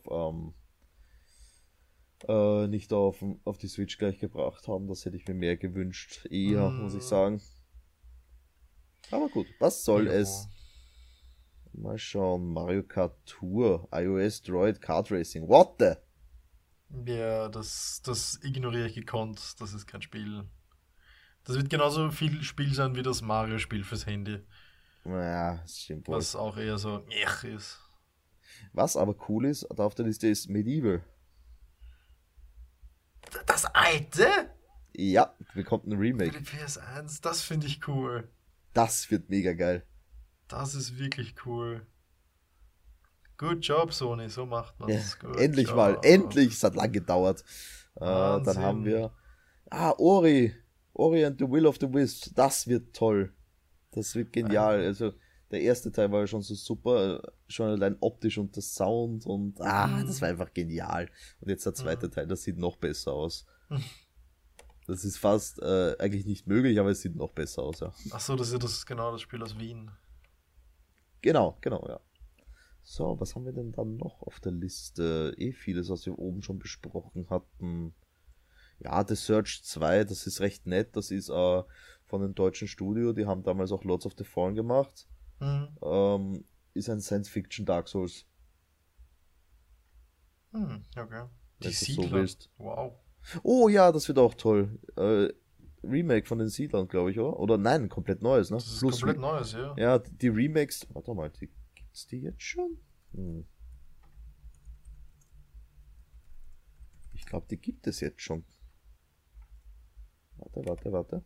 nicht auf die Switch gleich gebracht haben. Das hätte ich mir mehr gewünscht. Eher, muss ich Mm, sagen. Aber gut, was soll jo. es? Mal schauen. Mario Kart Tour, iOS Droid Kart Racing. What the? Ja, das ignoriere ich gekonnt. Das ist kein Spiel. Das wird genauso viel Spiel sein wie das Mario-Spiel fürs Handy. Naja, das stimmt wohl. Was auch eher so ist. Was aber cool ist, da auf der Liste ist Medieval. Das alte? Ja, bekommt ein Für Remake. die PS1, das finde ich cool. Das wird mega geil. Das ist wirklich cool. Good job, Sony, so macht Ja, man's. Good endlich mal, job. endlich, es hat lang gedauert. Dann haben Wahnsinn. wir, Ori and the Will of the Wisps, das wird toll. Das wird genial. Also, der erste Teil war ja schon so super, schon allein optisch und der Sound und, das war einfach genial. Und jetzt der zweite Teil, das sieht noch besser aus. Das ist fast eigentlich nicht möglich, aber es sieht noch besser aus, ja. Achso, das ist ja genau das Spiel aus Wien. Genau, ja. So, was haben wir denn dann noch auf der Liste? Vieles, was wir oben schon besprochen hatten. Ja, The Surge 2, das ist recht nett. Das ist von einem deutschen Studio. Die haben damals auch Lords of the Fallen gemacht. Ist ein Science-Fiction Dark Souls, Okay. Die wenn du es so Siedler. willst. Wow. Oh ja, das wird auch toll. Remake von den Siedlern, glaube ich, oder? Oder nein, komplett neues, ne? Das ist Plus, komplett Neues, ja. ja, die Remakes. Warte mal, gibt's die jetzt schon? Ich glaube, die gibt es jetzt schon. Warte.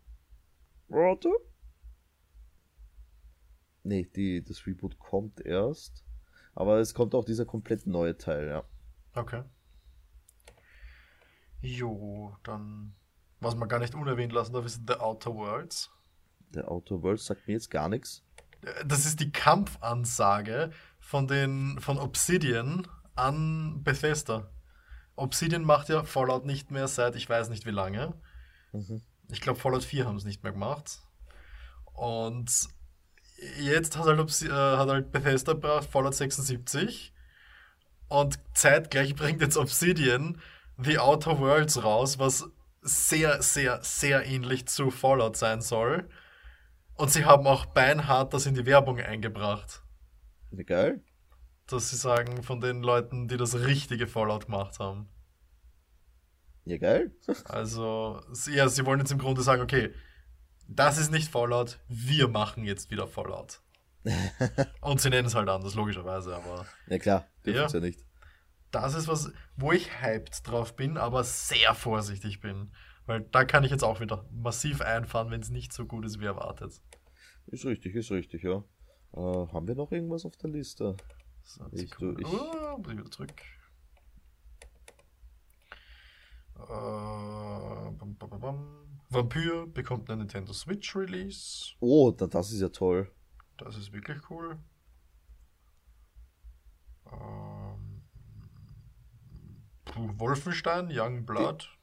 Nee, das Reboot kommt erst. Aber es kommt auch dieser komplett neue Teil, ja. Okay. Jo, dann. Was man gar nicht unerwähnt lassen darf, ist The Outer Worlds. Der Outer Worlds sagt mir jetzt gar nichts. Das ist die Kampfansage von Obsidian an Bethesda. Obsidian macht ja Fallout nicht mehr seit ich weiß nicht wie lange. Ich glaube Fallout 4 haben es nicht mehr gemacht. Und jetzt hat halt Bethesda gebracht Fallout 76 und zeitgleich bringt jetzt Obsidian The Outer Worlds raus, was sehr, sehr, sehr ähnlich zu Fallout sein soll. Und sie haben auch beinhart das in die Werbung eingebracht. Wie geil. Dass sie sagen, von den Leuten, die das richtige Fallout gemacht haben. Ja, geil. Also, sie wollen jetzt im Grunde sagen, okay, das ist nicht Fallout, wir machen jetzt wieder Fallout. Und sie nennen es halt anders, logischerweise, aber Ja klar, dürfen ja, ja nicht. das ist was, wo ich hyped drauf bin, aber sehr vorsichtig bin. Weil da kann ich jetzt auch wieder massiv einfahren, wenn es nicht so gut ist wie erwartet. Ist richtig, ja. Haben wir noch irgendwas auf der Liste? So, Ich, du, Sekunde. ich, Muss ich wieder zurück. Bam, bam, bam. Vampyr bekommt eine Nintendo Switch Release. oh, das ist ja toll. Das ist wirklich cool. Wolfenstein, Young Die, Blood.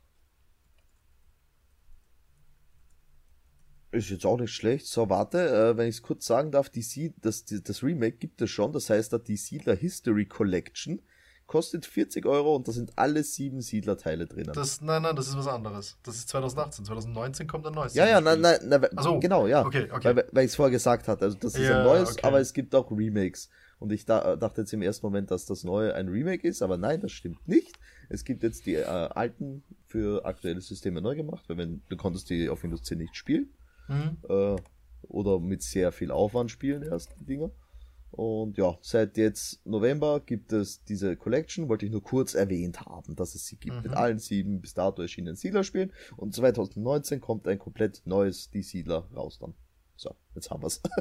ist jetzt auch nicht schlecht. So, warte, wenn ich es kurz sagen darf, das Remake gibt es schon. Das heißt, die Siedler History Collection kostet 40 Euro und da sind alle 7 Siedler-Teile drinnen. Nein, das ist was anderes. Das ist 2018. 2019 kommt ein neues Ja, ja, Spiel. nein, Achso, genau, ja. okay. Weil ich es vorher gesagt hatte. Also, das ist ein Ja, neues, okay. aber es gibt auch Remakes. Und ich dachte jetzt im ersten Moment, dass das neue ein Remake ist, aber nein, das stimmt nicht. Es gibt jetzt die alten für aktuelle Systeme neu gemacht, weil du konntest die auf Windows 10 nicht spielen. Oder mit sehr viel Aufwand spielen erst die Dinger. Und ja, seit jetzt November gibt es diese Collection, wollte ich nur kurz erwähnt haben, dass es sie gibt mit allen 7 bis dato erschienenen Siedler-Spielen. Und 2019 kommt ein komplett neues Die Siedler raus dann. So, jetzt haben wir's.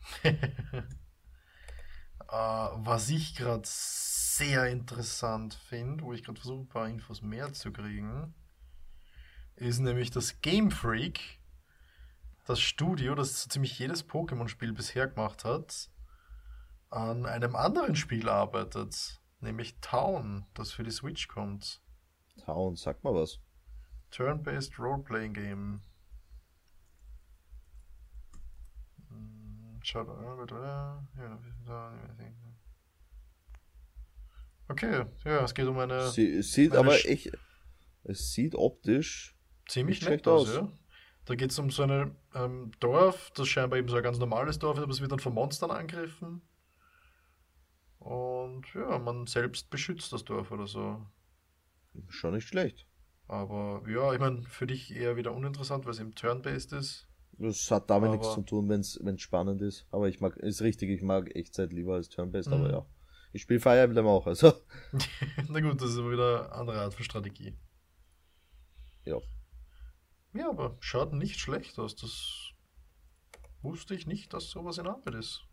Was ich gerade sehr interessant finde, wo ich gerade versuche, ein paar Infos mehr zu kriegen, ist nämlich das Game Freak, das Studio, das so ziemlich jedes Pokémon-Spiel bisher gemacht hat, an einem anderen Spiel arbeitet, nämlich Town, das für die Switch kommt. Town, sag mal was. Turn-based Role-Playing Game. Okay, ja, es geht um Es sieht eine aber echt, es sieht optisch ziemlich nicht nett schlecht aus, aus. ja. Da geht es um so ein Dorf, das scheinbar eben so ein ganz normales Dorf ist, aber es wird dann von Monstern angegriffen. Und ja, man selbst beschützt das Dorf oder so. Schon nicht schlecht. Aber ja, ich meine, für dich eher wieder uninteressant, weil es eben Turn-based ist. Das hat damit nichts zu Aber tun, wenn's spannend ist. Aber ist richtig, ich mag Echtzeit lieber als Turn-Based, aber mhm. ja. Ich spiele Fire Emblem auch, also. Na gut, das ist aber wieder eine andere Art von Strategie. Ja. Ja, aber schaut nicht schlecht aus. Das wusste ich nicht, dass sowas in Arbeit ist.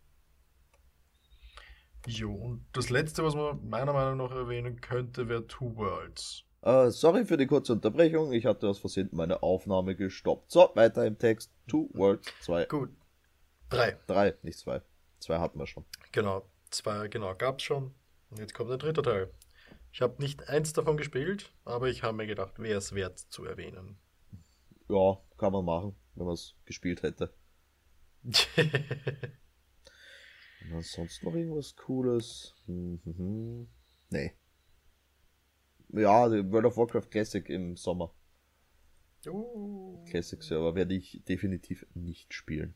Jo, und das letzte, was man meiner Meinung nach erwähnen könnte, wäre Two Worlds. Sorry für die kurze Unterbrechung. Ich hatte aus Versehen meine Aufnahme gestoppt. So, weiter im Text. 2 Worlds 2. Gut. 3. 3, nicht 2. 2 hatten wir schon. Genau. 2, genau, gab's schon. Und jetzt kommt der dritte Teil. Ich habe nicht eins davon gespielt, aber ich habe mir gedacht, wäre es wert zu erwähnen. Ja, kann man machen, wenn man es gespielt hätte. Und ansonsten noch irgendwas Cooles? Nee. Ja, die World of Warcraft Classic im Sommer. Classic Server werde ich definitiv nicht spielen.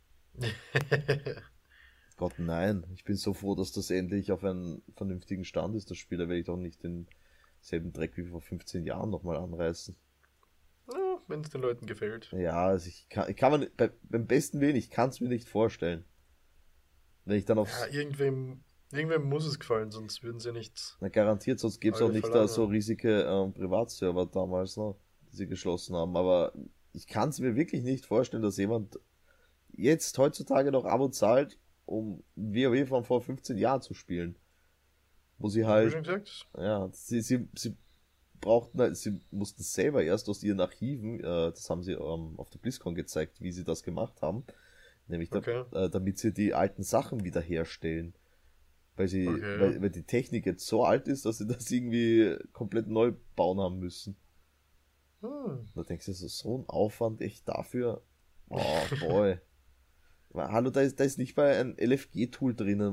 Gott, nein. Ich bin so froh, dass das endlich auf einen vernünftigen Stand ist, das Spiel. Da werde ich doch nicht denselben Dreck wie vor 15 Jahren nochmal anreißen. Ja, wenn es den Leuten gefällt. Ja, also ich kann mir beim besten Willen, ich kann es mir nicht vorstellen. Wenn ich dann aufs. Ja, irgendwem muss es gefallen, sonst würden sie nicht Na, garantiert, sonst gäbe es auch alle nicht da verlangen. so riesige Privatserver damals noch, die sie geschlossen haben. Aber ich kann es mir wirklich nicht vorstellen, dass jemand jetzt heutzutage noch Abo zahlt, um WoW von vor 15 Jahren zu spielen. Wo sie Wie halt, schon gesagt? ja, sie brauchten halt, sie mussten selber erst aus ihren Archiven, das haben sie auf der BlizzCon gezeigt, wie sie das gemacht haben, nämlich Okay. damit sie die alten Sachen wiederherstellen. Okay. Weil die Technik jetzt so alt ist, dass sie das irgendwie komplett neu bauen haben müssen. Da denkst du so ein Aufwand echt dafür. Oh boy. Hallo, da ist nicht mal ein LFG-Tool drinnen.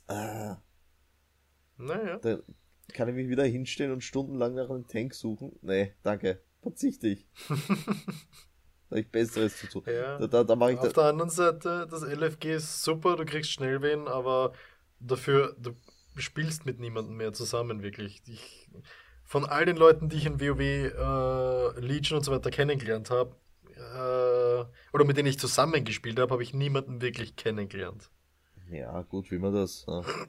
Naja. Da kann ich mich wieder hinstellen und stundenlang nach einem Tank suchen. Nee, danke. Verzichte ich. Da habe ich Besseres zu tun. Ja. Da mache ich Auf der anderen Seite, das LFG ist super, du kriegst schnell wen, aber dafür, du spielst mit niemandem mehr zusammen, wirklich. von all den Leuten, die ich in WoW, Legion und so weiter kennengelernt habe, oder mit denen ich zusammengespielt habe, habe ich niemanden wirklich kennengelernt. Ja, gut, wie man das.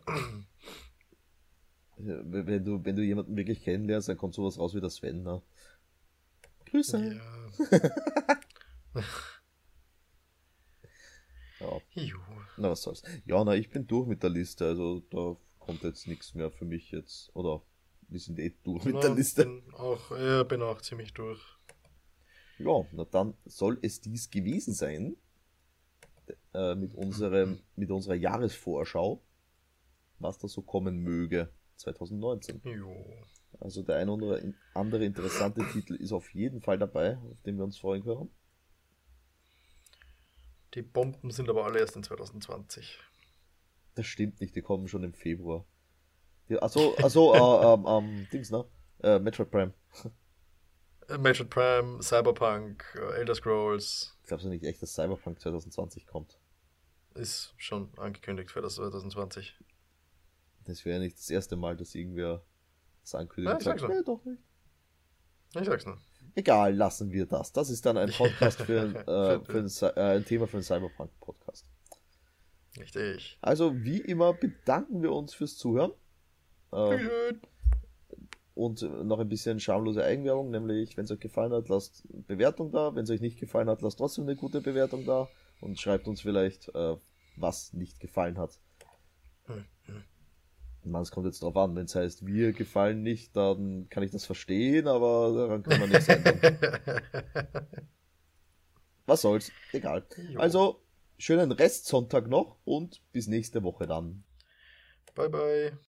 Wenn du jemanden wirklich kennenlernst, dann kommt sowas raus wie der Sven. Ne? Grüße. Ja. Ja. Jo. Na, was soll's. Ja, na, ich bin durch mit der Liste, also da kommt jetzt nichts mehr für mich jetzt. Oder wir sind durch mit der Na, Liste. bin auch ziemlich durch. Ja, na dann soll es dies gewesen sein mit unserer Jahresvorschau, was da so kommen möge 2019. Jo. Also der ein oder andere interessante Titel ist auf jeden Fall dabei, auf den wir uns freuen können. Die Bomben sind aber alle erst in 2020. Das stimmt nicht, die kommen schon im Februar. Dings, ne? Metroid Prime. Metroid Prime, Cyberpunk, Elder Scrolls Glaubst du nicht echt, dass Cyberpunk 2020 kommt? ist schon angekündigt für das 2020. Das wäre nicht das erste Mal, dass irgendwer das ankündigt. Ja, ich sag's nur. Nee, doch nicht. Ich sag's nur. Egal, lassen wir das. Das ist dann ein Podcast ein Thema für einen Cyberpunk-Podcast. Richtig. Also, wie immer, bedanken wir uns fürs Zuhören. Dankeschön. Und noch ein bisschen schamlose Eigenwerbung, nämlich, wenn es euch gefallen hat, lasst Bewertung da. Wenn es euch nicht gefallen hat, lasst trotzdem eine gute Bewertung da. Und schreibt uns vielleicht, was nicht gefallen hat. Man, es kommt jetzt drauf an, wenn es heißt, wir gefallen nicht, dann kann ich das verstehen, aber daran kann man nichts ändern. Was soll's, egal. Jo. Also, schönen Restsonntag noch und bis nächste Woche dann. Bye, bye.